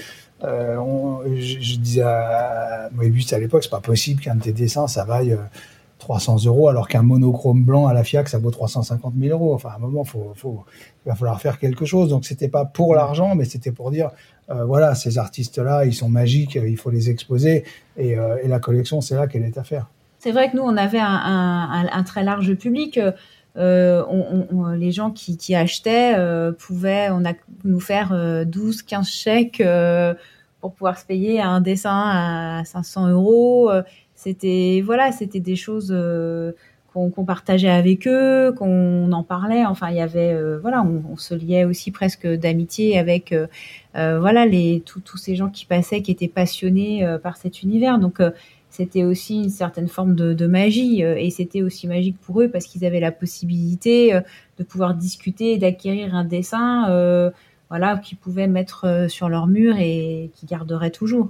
je disais à Moebius à l'époque, c'est pas possible qu'un de tes dessins ça vaille 300 euros alors qu'un monochrome blanc à la FIAC ça vaut 350 000 euros. Enfin, à un moment, il va falloir faire quelque chose. Donc, c'était pas pour l'argent, mais c'était pour dire, voilà, ces artistes-là, ils sont magiques, il faut les exposer. Et la collection, c'est là qu'elle est à faire. C'est vrai que nous, on avait un très large public. Les gens qui achetaient pouvaient nous faire 12, 15 chèques pour pouvoir se payer un dessin à 500 euros. C'était des choses qu'on partageait avec eux, qu'on en parlait. Enfin, il y avait, on se liait aussi presque d'amitié avec, tous ces gens qui passaient, qui étaient passionnés par cet univers. Donc, c'était aussi une certaine forme de magie, et c'était aussi magique pour eux parce qu'ils avaient la possibilité de pouvoir discuter et d'acquérir un dessin, qu'ils pouvaient mettre sur leur mur et qu'ils garderaient toujours.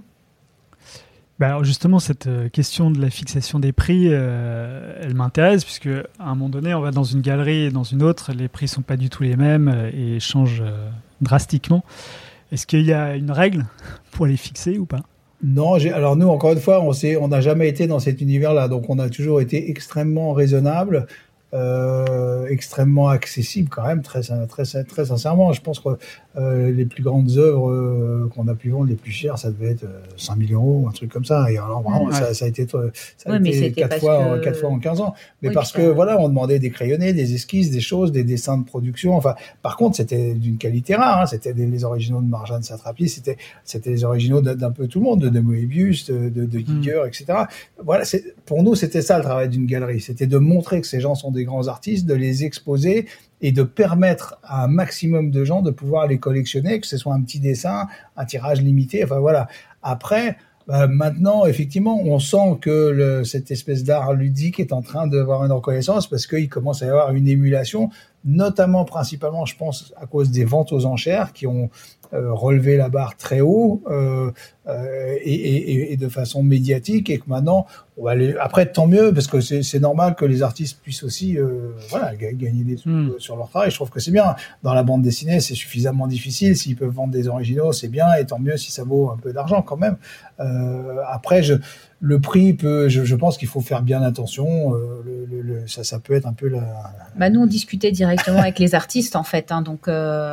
Alors justement, cette question de la fixation des prix, elle m'intéresse puisque à un moment donné, on va dans une galerie et dans une autre, les prix sont pas du tout les mêmes et changent drastiquement. Est-ce qu'il y a une règle pour les fixer ou pas ? Non, alors nous, encore une fois, on n'a jamais été dans cet univers-là, donc on a toujours été extrêmement raisonnable, extrêmement accessible quand même, très, très, très sincèrement. Je pense que les plus grandes œuvres qu'on a pu vendre, les plus chères, ça devait être 5 000 euros, un truc comme ça. Et alors vraiment, ça a été 4 fois en 15 ans. Mais parce que on demandait des crayonnés, des esquisses, des choses, des dessins de production. Enfin, par contre, c'était d'une qualité rare. Hein. C'était les originaux de Marjane Satrapi, c'était les originaux d'un peu tout le monde, de Moebius, de Giger, etc. Voilà, pour nous, c'était ça le travail d'une galerie. C'était de montrer que ces gens sont des grands artistes, de les exposer et de permettre à un maximum de gens de pouvoir les collectionner, que ce soit un petit dessin, un tirage limité, enfin voilà. Après, maintenant, effectivement, on sent que cette espèce d'art ludique est en train d'avoir une reconnaissance parce qu'il commence à y avoir une émulation, notamment, principalement, je pense, à cause des ventes aux enchères qui ont relevé la barre très haut et de façon médiatique, et que maintenant, on va après, tant mieux, parce que c'est normal que les artistes puissent aussi gagner des sous sur leur travail. Je trouve que c'est bien. Dans la bande dessinée, c'est suffisamment difficile. S'ils peuvent vendre des originaux, c'est bien, et tant mieux si ça vaut un peu d'argent quand même. Après, le prix je pense qu'il faut faire bien attention. Ça peut être un peu nous, on discutait directement avec les artistes, en fait. Hein, donc,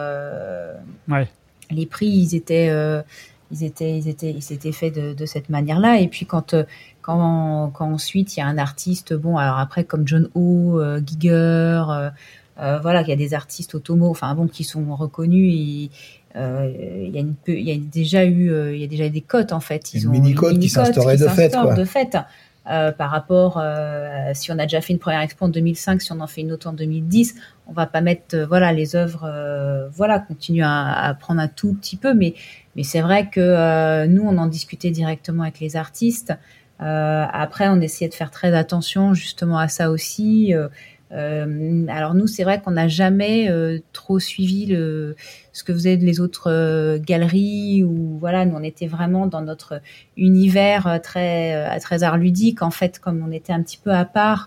les prix, ils étaient faits de cette manière-là. Et puis, quand quand ensuite il y a un artiste, bon, alors après comme John Ho, Giger, voilà, il y a des artistes Otomo, enfin bon, qui sont reconnus. Il y a déjà eu des cotes en fait. Ils ont une mini-cote qui s'instaurait de fait, quoi. De fait. Par rapport, si on a déjà fait une première expo en 2005, si on en fait une autre en 2010, on va pas mettre, les œuvres, continuent à prendre un tout petit peu, mais c'est vrai que nous, on en discutait directement avec les artistes. Après, on essayait de faire très attention justement à ça aussi. Alors nous, c'est vrai qu'on n'a jamais trop suivi ce que faisaient les autres galeries, ou voilà, nous on était vraiment dans notre univers très art ludique en fait, comme on était un petit peu à part.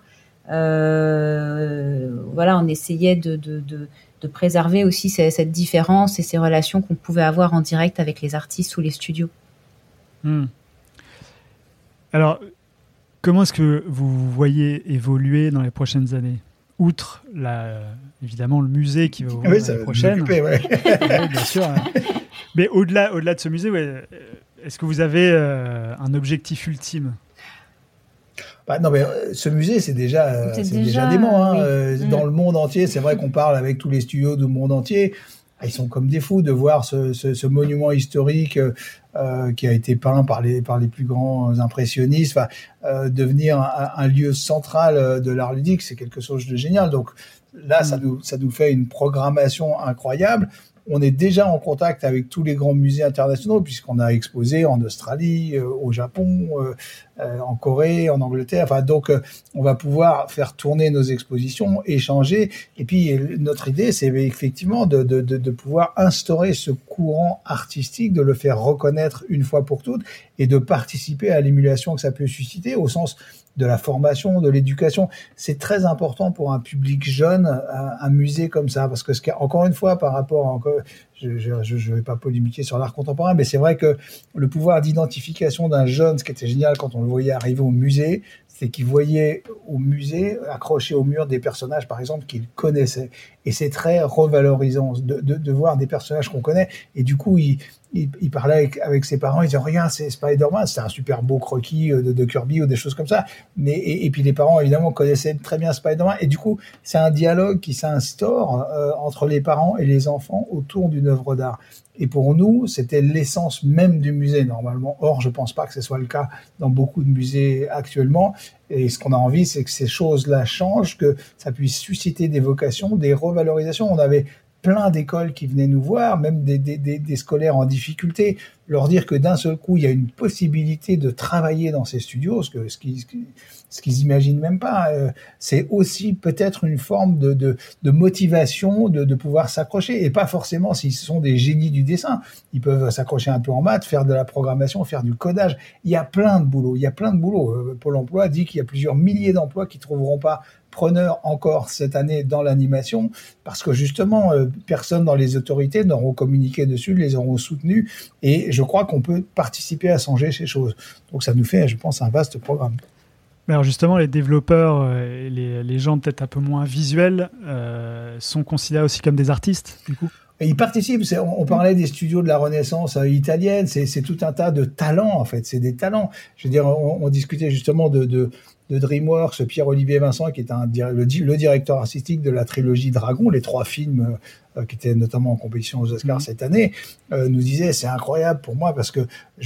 On essayait de préserver aussi cette différence et ces relations qu'on pouvait avoir en direct avec les artistes ou les studios. Alors, comment est-ce que vous voyez évoluer dans les prochaines années ? Outre évidemment le musée qui va ouvrir l'année prochaine. Ouais. Oui, bien sûr. Mais au-delà de ce musée, est-ce que vous avez un objectif ultime ? Non, mais ce musée, c'est déjà dément. Oui. Dans le monde entier, c'est vrai qu'on parle avec tous les studios du monde entier. Ils sont comme des fous de voir ce monument historique qui a été peint par les plus grands impressionnistes, devenir un lieu central de l'art ludique. C'est quelque chose de génial. Donc là, ça nous fait une programmation incroyable. On est déjà en contact avec tous les grands musées internationaux, puisqu'on a exposé en Australie, au Japon, en Corée, en Angleterre. Donc, on va pouvoir faire tourner nos expositions, échanger. Et puis, notre idée, c'est effectivement de pouvoir instaurer ce courant artistique, de le faire reconnaître une fois pour toutes, et de participer à l'émulation que ça peut susciter, au sens de la formation, de l'éducation. C'est très important pour un public jeune, un musée comme ça, parce que encore une fois, par rapport, je vais pas polémiquer sur l'art contemporain, mais c'est vrai que le pouvoir d'identification d'un jeune, ce qui était génial quand on le voyait arriver au musée, c'est qu'il voyait au musée, accroché au mur, des personnages, par exemple, qu'il connaissait. Et c'est très revalorisant de voir des personnages qu'on connaît. Et du coup, il parlait avec ses parents, il disait, regarde, c'est Spider-Man, c'est un super beau croquis de Kirby ou des choses comme ça. Et puis les parents, évidemment, connaissaient très bien Spider-Man. Et du coup, c'est un dialogue qui s'instaure entre les parents et les enfants autour d'une œuvre d'art. Et pour nous, c'était l'essence même du musée, normalement. Or, je pense pas que ce soit le cas dans beaucoup de musées actuellement. Et ce qu'on a envie, c'est que ces choses-là changent, que ça puisse susciter des vocations, des revalorisations. On avait plein d'écoles qui venaient nous voir, même des scolaires en difficulté, leur dire que d'un seul coup, il y a une possibilité de travailler dans ces studios, ce qu'ils imaginent même pas. C'est aussi peut-être une forme de motivation de pouvoir s'accrocher, et pas forcément s'ils sont des génies du dessin. Ils peuvent s'accrocher un peu en maths, faire de la programmation, faire du codage. Il y a plein de boulot. Pôle emploi dit qu'il y a plusieurs milliers d'emplois qui trouveront pas preneurs encore cette année dans l'animation, parce que justement, personne dans les autorités n'auront communiqué dessus, les auront soutenus, et je crois qu'on peut participer à changer ces choses. Donc ça nous fait, je pense, un vaste programme. Mais alors justement, les développeurs et les gens peut-être un peu moins visuels sont considérés aussi comme des artistes, du coup ? Et ils participent. On parlait des studios de la Renaissance italienne. C'est tout un tas de talents, en fait. C'est des talents. Je veux dire, on discutait justement de DreamWorks, Pierre-Olivier Vincent, qui est le directeur artistique de la trilogie Dragon, les 3 films qui étaient notamment en compétition aux Oscars cette année, nous disait, c'est incroyable pour moi, parce que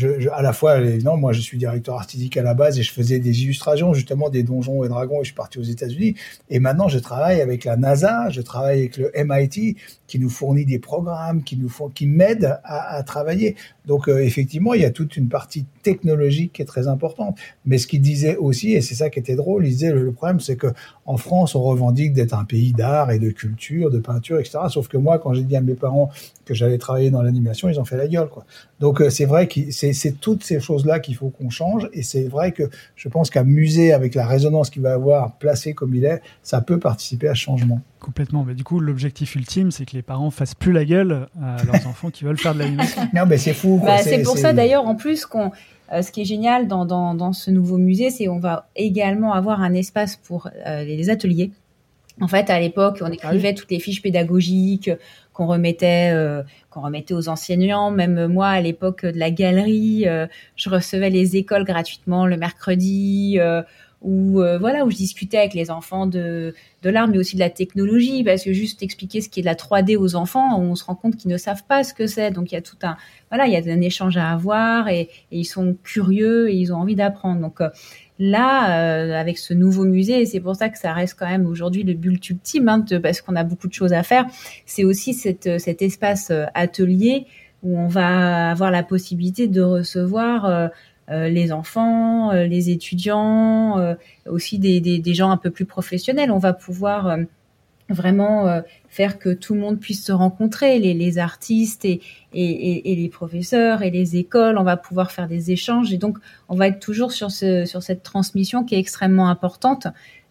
à la fois, évidemment, moi je suis directeur artistique à la base et je faisais des illustrations justement des Donjons et Dragons, et je suis parti aux États-Unis, et maintenant je travaille avec la NASA, je travaille avec le MIT qui nous fournit des programmes, qui m'aident à travailler. Donc effectivement, il y a toute une partie technologique qui est très importante. Mais ce qu'il disait aussi, et c'est ça qui était drôle, il disait le problème, c'est que en France, on revendique d'être un pays d'art et de culture, de peinture, etc. Sauf que moi, quand j'ai dit à mes parents que j'allais travailler dans l'animation, ils ont fait la gueule, quoi. Donc c'est vrai que c'est toutes ces choses-là qu'il faut qu'on change, et c'est vrai que je pense qu'un musée, avec la résonance qu'il va avoir, placé comme il est, ça peut participer à ce changement. Complètement. Mais du coup, l'objectif ultime, c'est que les parents fassent plus la gueule à leurs enfants qui veulent faire de l'animation. Non, mais c'est fou, quoi. C'est pour ça d'ailleurs, en plus, ce qui est génial dans ce nouveau musée, c'est qu'on va également avoir un espace pour les ateliers. En fait, à l'époque, on écrivait toutes les fiches pédagogiques qu'on remettait aux enseignants. Même moi, à l'époque de la galerie, je recevais les écoles gratuitement le mercredi, où je discutais avec les enfants de l'art, mais aussi de la technologie, parce que juste expliquer ce qui est de la 3D aux enfants, on se rend compte qu'ils ne savent pas ce que c'est. Donc il y a il y a un échange à avoir et ils sont curieux et ils ont envie d'apprendre. Donc là, avec ce nouveau musée, et c'est pour ça que ça reste quand même aujourd'hui le but ultime, parce qu'on a beaucoup de choses à faire, c'est aussi cet espace atelier où on va avoir la possibilité de recevoir les enfants, les étudiants, aussi des gens un peu plus professionnels. On va pouvoir vraiment faire que tout le monde puisse se rencontrer, les artistes et les professeurs et les écoles. On va pouvoir faire des échanges et donc on va être toujours sur cette transmission qui est extrêmement importante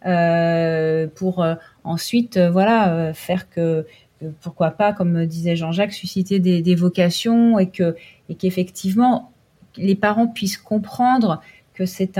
pour ensuite faire que pourquoi pas, comme disait Jean-Jacques, susciter des vocations et qu'effectivement les parents puissent comprendre que qu'il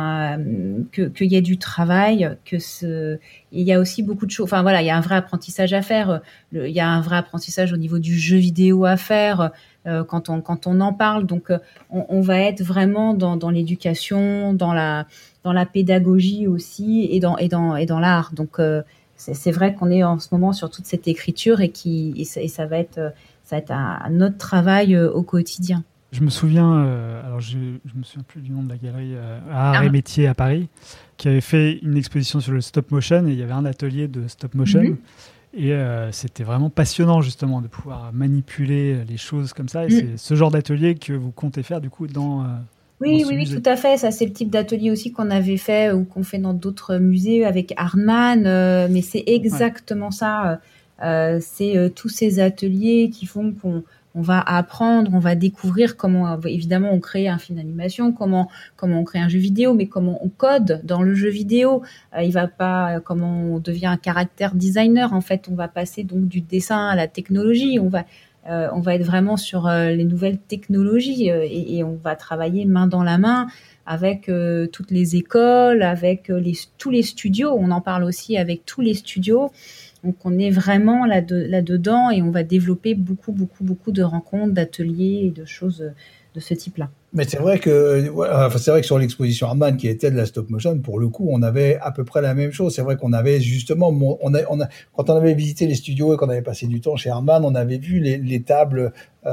y a du travail, il y a aussi beaucoup de choses. Enfin voilà, il y a un vrai apprentissage à faire. Il y a un vrai apprentissage au niveau du jeu vidéo à faire quand on en parle. Donc on va être vraiment dans l'éducation, dans la pédagogie aussi et dans l'art. Donc c'est vrai qu'on est en ce moment sur toute cette écriture et ça va être un autre travail au quotidien. Je me souviens, alors je me souviens plus du nom de la galerie Art et Métiers à Paris, qui avait fait une exposition sur le stop motion et il y avait un atelier de stop motion et c'était vraiment passionnant justement de pouvoir manipuler les choses comme ça. Et c'est ce genre d'atelier que vous comptez faire du coup dans Oui, tout à fait. Ça, c'est le type d'atelier aussi qu'on avait fait ou qu'on fait dans d'autres musées avec Artman, mais c'est exactement ça. C'est tous ces ateliers qui font qu'on va apprendre, on va découvrir comment, évidemment, on crée un film d'animation, comment on crée un jeu vidéo, mais comment on code dans le jeu vidéo. Comment on devient un caractère designer. En fait, on va passer donc du dessin à la technologie. On va être vraiment sur les nouvelles technologies et on va travailler main dans la main avec toutes les écoles, avec tous les studios. On en parle aussi avec tous les studios. Donc, on est vraiment là-dedans et on va développer beaucoup de rencontres, d'ateliers et de choses de ce type-là. Mais c'est vrai que sur l'exposition Artman qui était de la stop motion, pour le coup, on avait à peu près la même chose. C'est vrai qu'on avait justement, quand on avait visité les studios et qu'on avait passé du temps chez Artman, on avait vu les tables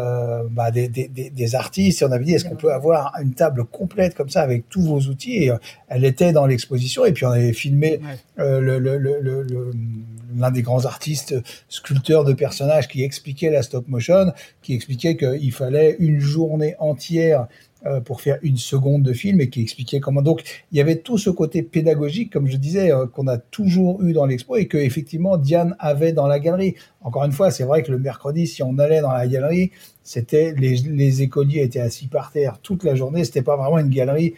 des artistes et on avait dit est-ce qu'on peut avoir une table complète comme ça avec tous vos outils, et elle était dans l'exposition et puis on avait filmé l'un des grands artistes sculpteurs de personnages qui expliquait la stop motion, qui expliquait qu'il fallait une journée entière pour faire une seconde de film et qui expliquait comment. Donc, il y avait tout ce côté pédagogique, comme je disais, qu'on a toujours eu dans l'expo et que effectivement Diane avait dans la galerie. Encore une fois, c'est vrai que le mercredi, si on allait dans la galerie, c'était les écoliers étaient assis par terre toute la journée. C'était pas vraiment une galerie,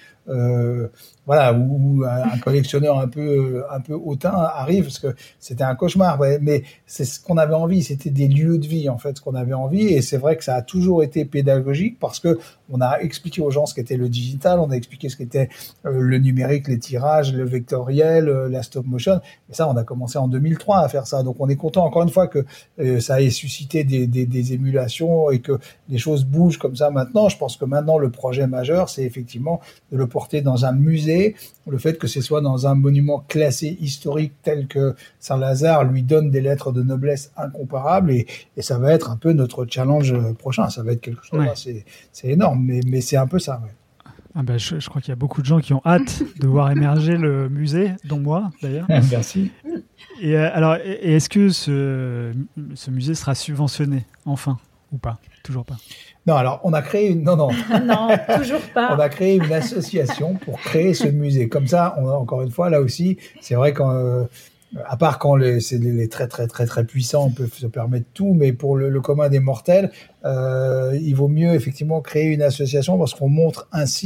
où un collectionneur un peu hautain arrive, parce que c'était un cauchemar. Ouais, mais c'est ce qu'on avait envie. C'était des lieux de vie, en fait, ce qu'on avait envie. Et c'est vrai que ça a toujours été pédagogique parce que on a expliqué aux gens ce qu'était le digital, on a expliqué ce qu'était le numérique, les tirages, le vectoriel, la stop motion. Et ça, on a commencé en 2003 à faire ça. Donc, on est content encore une fois que ça ait suscité des émulations et que les choses bougent comme ça maintenant. Je pense que maintenant, le projet majeur, c'est effectivement de le porter dans un musée. Le fait que ce soit dans un monument classé historique tel que Saint-Lazare lui donne des lettres de noblesse incomparables et ça va être un peu notre challenge prochain. Ça va être quelque chose, c'est énorme, mais c'est un peu ça, ouais. Ah ben, je crois qu'il y a beaucoup de gens qui ont hâte de voir émerger le musée, dont moi d'ailleurs. Merci. Et est-ce que ce musée sera subventionné enfin ou pas? Toujours pas. Non, alors on a créé non, toujours pas. On a créé une association pour créer ce musée. Comme ça, encore une fois, là aussi, c'est vrai quand à part quand c'est les très très très très puissants peuvent se permettre tout, mais pour le commun des mortels, il vaut mieux effectivement créer une association parce qu'on montre ainsi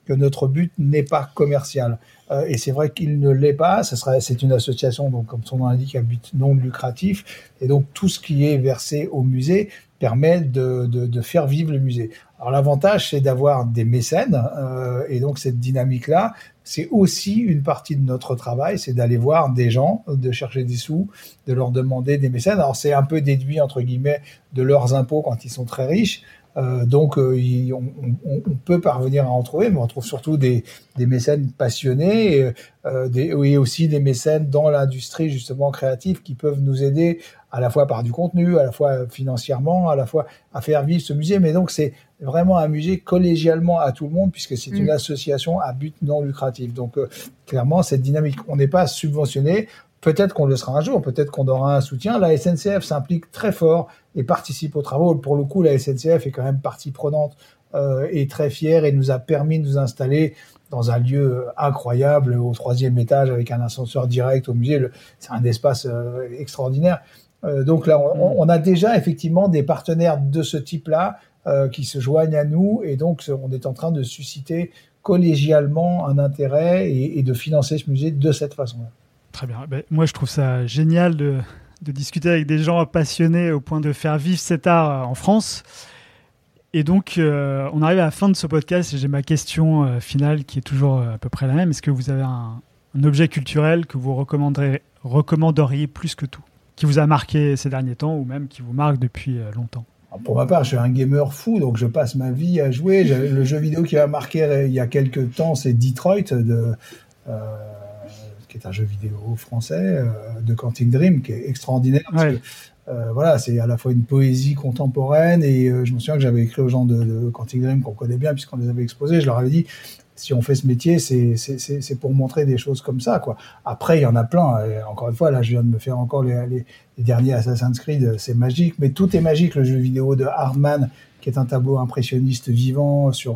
que notre but n'est pas commercial. Et c'est vrai qu'il ne l'est pas. C'est une association, donc comme son nom l'indique, à but non lucratif. Et donc tout ce qui est versé au musée permet de faire vivre le musée. Alors l'avantage, c'est d'avoir des mécènes. Et donc cette dynamique-là, c'est aussi une partie de notre travail, c'est d'aller voir des gens, de chercher des sous, de leur demander des mécènes. Alors c'est un peu déduit, entre guillemets, de leurs impôts quand ils sont très riches. Donc on peut parvenir à en trouver, mais on trouve surtout des mécènes passionnés et aussi des mécènes dans l'industrie justement créative qui peuvent nous aider à la fois par du contenu, à la fois financièrement, à la fois à faire vivre ce musée. Mais donc c'est vraiment un musée collégialement à tout le monde puisque c'est une association à but non lucratif. Donc clairement cette dynamique, on n'est pas subventionné. Peut-être qu'on le sera un jour, peut-être qu'on aura un soutien. La SNCF s'implique très fort et participe aux travaux. Pour le coup, la SNCF est quand même partie prenante et très fière et nous a permis de nous installer dans un lieu incroyable au 3e étage avec un ascenseur direct au musée. C'est un espace extraordinaire. Donc là, on a déjà effectivement des partenaires de ce type-là qui se joignent à nous et donc on est en train de susciter collégialement un intérêt et de financer ce musée de cette façon-là. Très bien. Ben, moi, je trouve ça génial de discuter avec des gens passionnés au point de faire vivre cet art en France. Et donc, on arrive à la fin de ce podcast et j'ai ma question finale qui est toujours à peu près la même. Est-ce que vous avez un objet culturel que vous recommanderiez plus que tout, qui vous a marqué ces derniers temps ou même qui vous marque depuis longtemps? Pour ma part, je suis un gamer fou, donc je passe ma vie à jouer. Le jeu vidéo qui m'a marqué il y a quelques temps, c'est Detroit qui est un jeu vidéo français de Quantic Dream, qui est extraordinaire. Parce que, voilà, c'est à la fois une poésie contemporaine et je me souviens que j'avais écrit aux gens de Quantic Dream qu'on connaît bien puisqu'on les avait exposés. Je leur avais dit, si on fait ce métier, c'est pour montrer des choses comme ça, quoi. Après, il y en a plein. Et encore une fois, là, je viens de me faire encore les derniers Assassin's Creed. C'est magique, mais tout est magique. Le jeu vidéo de Hardman, qui est un tableau impressionniste vivant sur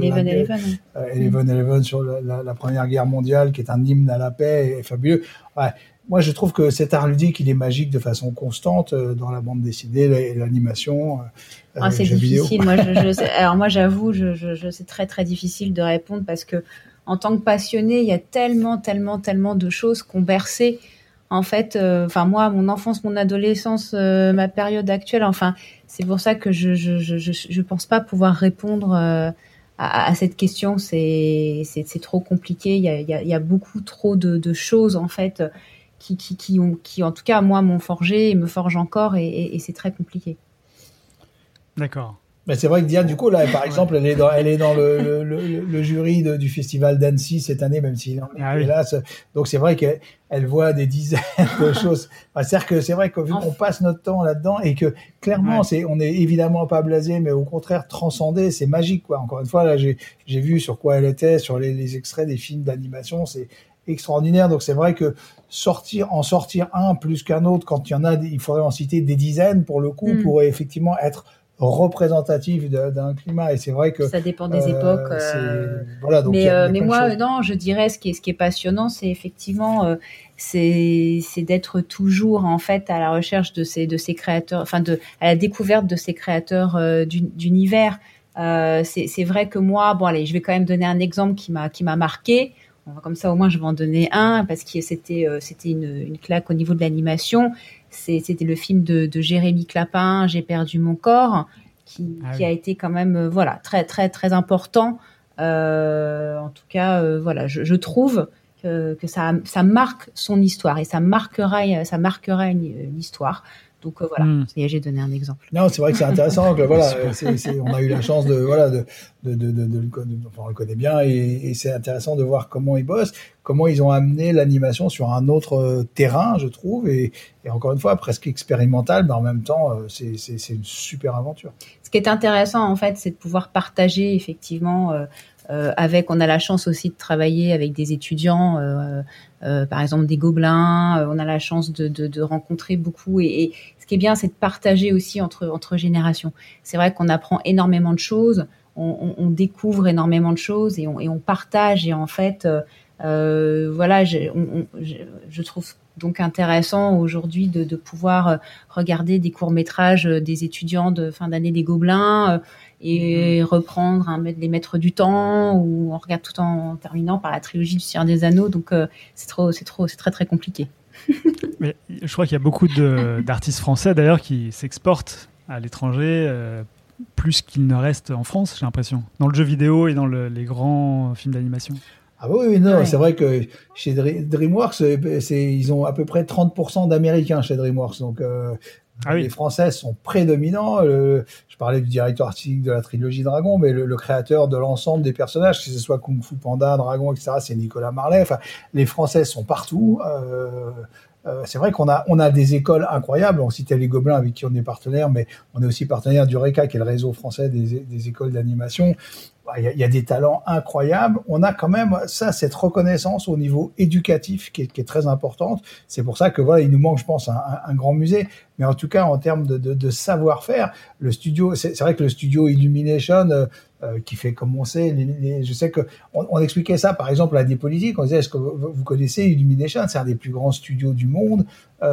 Eleven sur la Première Guerre mondiale, qui est un hymne à la paix, est fabuleux. Ouais. Moi, je trouve que cet art ludique, il est magique de façon constante dans la bande dessinée et l'animation. C'est difficile. Moi, j'avoue, c'est très très difficile de répondre parce que en tant que passionné, il y a tellement de choses qu'on bercé. En fait, moi, mon enfance, mon adolescence, ma période actuelle, c'est pour ça que je pense pas pouvoir répondre à cette question. C'est trop compliqué. Il y a beaucoup trop de choses en fait qui en tout cas moi m'ont forgé et me forgent encore et c'est très compliqué. D'accord. Mais c'est vrai que Diane, du coup, là, par exemple, elle est dans le jury du festival d'Annecy cette année, même s'il en est là. Donc, c'est vrai qu'elle voit des dizaines de choses. C'est-à-dire que c'est vrai que vu qu'on passe notre temps là-dedans et que clairement, on est évidemment pas blasé, mais au contraire transcendé, c'est magique, quoi. Encore une fois, là, j'ai vu sur quoi elle était, sur les extraits des films d'animation, c'est extraordinaire. Donc, c'est vrai que en sortir un plus qu'un autre, quand il y en a, il faudrait en citer des dizaines pour le coup, pourrait effectivement être représentatif d'un climat et c'est vrai que ça dépend des époques voilà, donc mais moi non, je dirais ce qui est passionnant, c'est effectivement c'est d'être toujours en fait à la recherche de ces créateurs, à la découverte de ces créateurs d'univers. C'est vrai que moi, je vais quand même donner un exemple qui m'a marqué. Comme ça, au moins, je vais en donner un parce que c'était une claque au niveau de l'animation. C'était le film de Jérémy Clapin, J'ai perdu mon corps, qui a été quand même très très très important. En tout cas, je trouve que ça marque son histoire et ça marquera une histoire. Donc j'ai donné un exemple. Non, c'est vrai que c'est intéressant. On a eu la chance on le connaît bien et c'est intéressant de voir comment ils bossent, comment ils ont amené l'animation sur un autre terrain, je trouve, et encore une fois presque expérimental, mais en même temps c'est une super aventure. Ce qui est intéressant en fait, c'est de pouvoir partager effectivement. On a la chance aussi de travailler avec des étudiants, par exemple des Gobelins. On a la chance de rencontrer beaucoup et ce qui est bien, c'est de partager aussi entre générations. C'est vrai qu'on apprend énormément de choses, on découvre énormément de choses et on partage et en fait, je trouve donc intéressant aujourd'hui de pouvoir regarder des courts-métrages des étudiants de fin d'année des Gobelins et reprendre les Maîtres du Temps, ou on regarde tout en terminant par la trilogie du Seigneur des Anneaux. Donc c'est très très compliqué. Mais je crois qu'il y a beaucoup d'artistes français d'ailleurs qui s'exportent à l'étranger plus qu'il ne reste en France, j'ai l'impression, dans le jeu vidéo et dans les grands films d'animation. Ah oui, non, ouais. C'est vrai que chez DreamWorks, ils ont à peu près 30% d'Américains chez DreamWorks. Donc, les Français sont prédominants. Je parlais du directeur artistique de la trilogie Dragon, mais le créateur de l'ensemble des personnages, que ce soit Kung Fu Panda, Dragon, etc., c'est Nicolas Marlet. Enfin, les Français sont partout. C'est vrai qu'on a des écoles incroyables. On citait les Gobelins avec qui on est partenaire, mais on est aussi partenaire du RECA, qui est le réseau français des écoles d'animation. Il y a des talents incroyables. On a quand même cette reconnaissance au niveau éducatif qui est très importante. C'est pour ça que voilà, il nous manque, je pense, un grand musée. Mais en tout cas, en termes de savoir-faire, le studio, c'est vrai que le studio Illumination, qui fait comme on sait, je sais que on expliquait ça, par exemple, à des politiques. On disait, est-ce que vous connaissez Illumination? C'est un des plus grands studios du monde.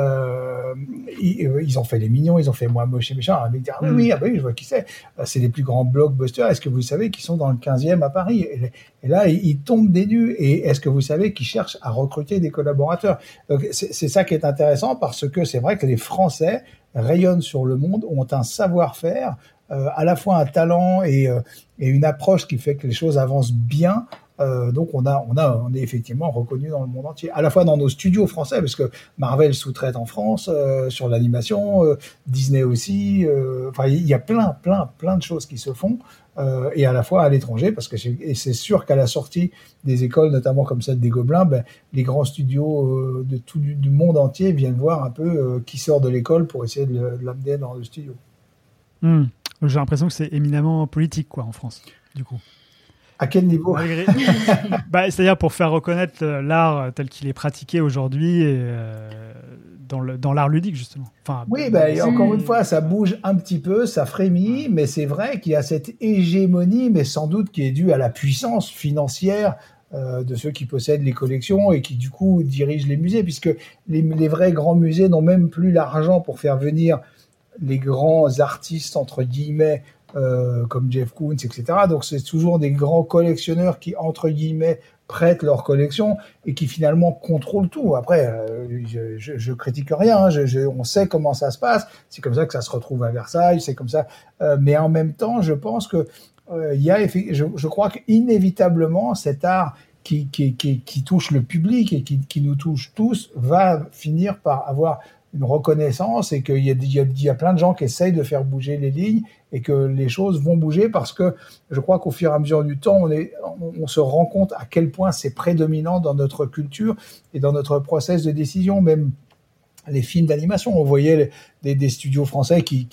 Ils ont fait Les Mignons, ils ont fait Moi Moche et Méchant. Alors, ils disent, oui, je vois qui c'est. C'est les plus grands blockbusters. Est-ce que vous savez qu'ils sont dans le 15e à Paris? Et là, ils tombent des nues. Et est-ce que vous savez qu'ils cherchent à recruter des collaborateurs? Donc, c'est ça qui est intéressant, parce que c'est vrai que les Français rayonnent sur le monde, ont un savoir-faire, à la fois un talent et une approche qui fait que les choses avancent bien. Donc on est effectivement reconnu dans le monde entier, à la fois dans nos studios français, parce que Marvel sous-traite en France sur l'animation, Disney aussi. Enfin, il y a plein de choses qui se font, et à la fois à l'étranger, parce que c'est sûr qu'à la sortie des écoles, notamment comme celle des Gobelins, les grands studios du monde entier viennent voir un peu qui sort de l'école pour essayer de l'amener dans le studio. J'ai l'impression que c'est éminemment politique, quoi, en France, du coup. À quel niveau? C'est-à-dire pour faire reconnaître l'art tel qu'il est pratiqué aujourd'hui et, dans l'art ludique, justement. Enfin, oui, encore une fois, ça bouge un petit peu, ça frémit, mais c'est vrai qu'il y a cette hégémonie, mais sans doute qui est due à la puissance financière de ceux qui possèdent les collections et qui, du coup, dirigent les musées, puisque les vrais grands musées n'ont même plus l'argent pour faire venir les grands artistes, entre guillemets, comme Jeff Koons, etc. Donc, c'est toujours des grands collectionneurs qui, entre guillemets, prêtent leur collection et qui, finalement, contrôlent tout. Après, je critique rien, on sait comment ça se passe. C'est comme ça que ça se retrouve à Versailles, c'est comme ça. Mais en même temps, je pense que je crois qu'inévitablement, cet art qui touche le public et qui nous touche tous va finir par avoir une reconnaissance, et qu'il y a plein de gens qui essayent de faire bouger les lignes et que les choses vont bouger, parce que je crois qu'au fur et à mesure du temps, on se rend compte à quel point c'est prédominant dans notre culture et dans notre process de décision. Même les films d'animation, on voyait des studios français qui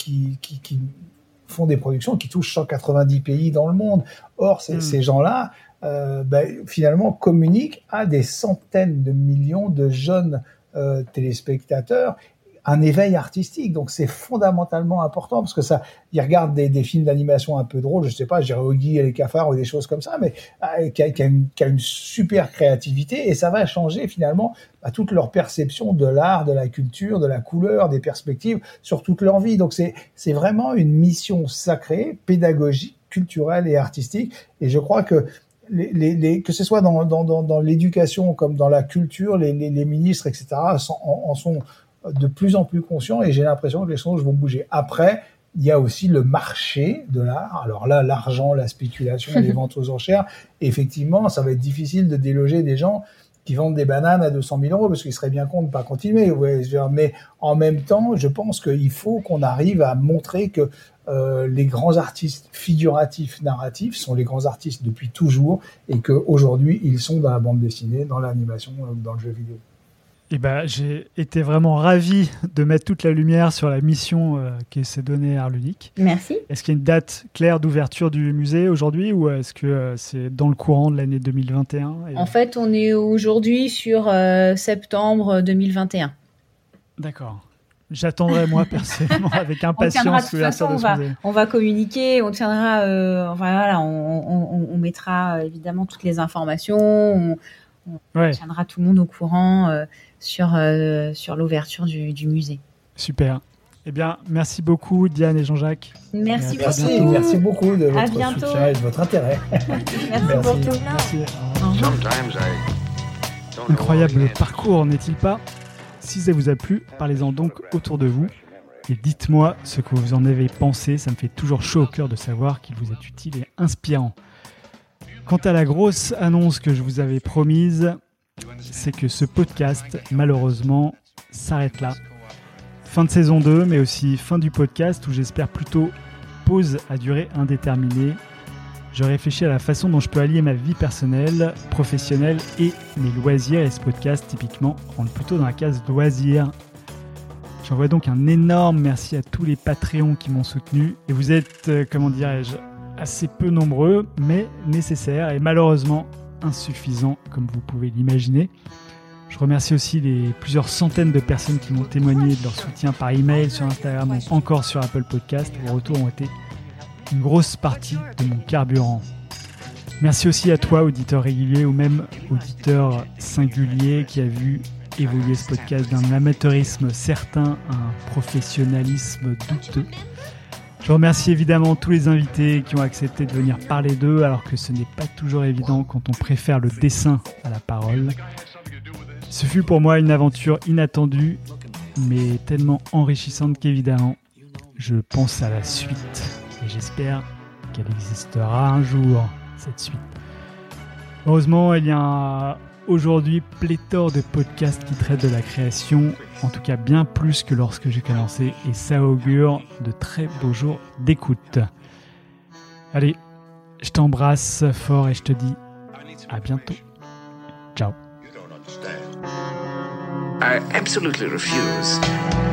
font des productions qui touchent 190 pays dans le monde. Or, ces gens-là, finalement, communiquent à des centaines de millions de jeunes téléspectateurs, un éveil artistique. Donc c'est fondamentalement important, parce que ils regardent des films d'animation un peu drôles, je sais pas, j'irais Oggy et les cafards ou des choses comme ça, mais qui a une super créativité, et ça va changer finalement toute leur perception de l'art, de la culture, de la couleur, des perspectives sur toute leur vie. Donc c'est vraiment une mission sacrée, pédagogique, culturelle et artistique, et je crois que que ce soit dans l'éducation comme dans la culture, les ministres, etc., en sont de plus en plus conscients, et j'ai l'impression que les choses vont bouger. Après, il y a aussi le marché de l'art. Alors là, l'argent, la spéculation, les ventes aux enchères. Et effectivement, ça va être difficile de déloger des gens qui vendent des bananes à 200 000 €, parce qu'ils seraient bien cons de ne pas continuer. Ouais, mais en même temps, je pense qu'il faut qu'on arrive à montrer que les grands artistes figuratifs, narratifs, sont les grands artistes depuis toujours, et qu'aujourd'hui, ils sont dans la bande dessinée, dans l'animation, dans le jeu vidéo. J'ai été vraiment ravi de mettre toute la lumière sur la mission qui s'est donnée à Art Ludique. Merci. Est-ce qu'il y a une date claire d'ouverture du musée aujourd'hui, ou est-ce que c'est dans le courant de l'année 2021 ? En fait, on est aujourd'hui sur septembre 2021. D'accord. J'attendrai, moi, personnellement, avec impatience l'ouverture de ce musée. On va communiquer, on tiendra, on mettra évidemment toutes les informations, on tiendra tout le monde au courant sur l'ouverture du musée. Super. Eh bien, merci beaucoup Diane et Jean-Jacques. Merci Merci beaucoup de À votre bientôt. soutien et de votre intérêt. Merci pour tout. Merci. Au revoir. Sometimes I don't know Incroyable all the parcours, n'est-il pas? Si ça vous a plu, parlez-en donc autour de vous. Et dites-moi ce que vous en avez pensé, ça me fait toujours chaud au cœur de savoir qu'il vous est utile et inspirant. Quant à la grosse annonce que je vous avais promise, c'est que ce podcast, malheureusement, s'arrête là. Fin de saison 2, mais aussi fin du podcast où j'espère plutôt pause à durée indéterminée. Je réfléchis à la façon dont je peux allier ma vie personnelle, professionnelle et mes loisirs, et ce podcast typiquement rentre plutôt dans la case loisirs. J'envoie donc un énorme merci à tous les Patreons qui m'ont soutenu, et vous êtes, assez peu nombreux, mais nécessaires et malheureusement insuffisants comme vous pouvez l'imaginer. Je remercie aussi les plusieurs centaines de personnes qui m'ont témoigné de leur soutien par email, sur Instagram ou encore sur Apple Podcast. Vos retours ont été une grosse partie de mon carburant. Merci aussi à toi, auditeur régulier ou même auditeur singulier qui a vu évoluer ce podcast d'un amateurisme certain à un professionnalisme douteux. Je remercie évidemment tous les invités qui ont accepté de venir parler d'eux, alors que ce n'est pas toujours évident quand on préfère le dessin à la parole. Ce fut pour moi une aventure inattendue, mais tellement enrichissante qu'évidemment, je pense à la suite. Et j'espère qu'elle existera un jour, cette suite. Heureusement, il y a aujourd'hui pléthore de podcasts qui traitent de la création, en tout cas bien plus que lorsque j'ai commencé, et ça augure de très beaux jours d'écoute. Allez, je t'embrasse fort et je te dis à bientôt. Ciao. I absolutely refuse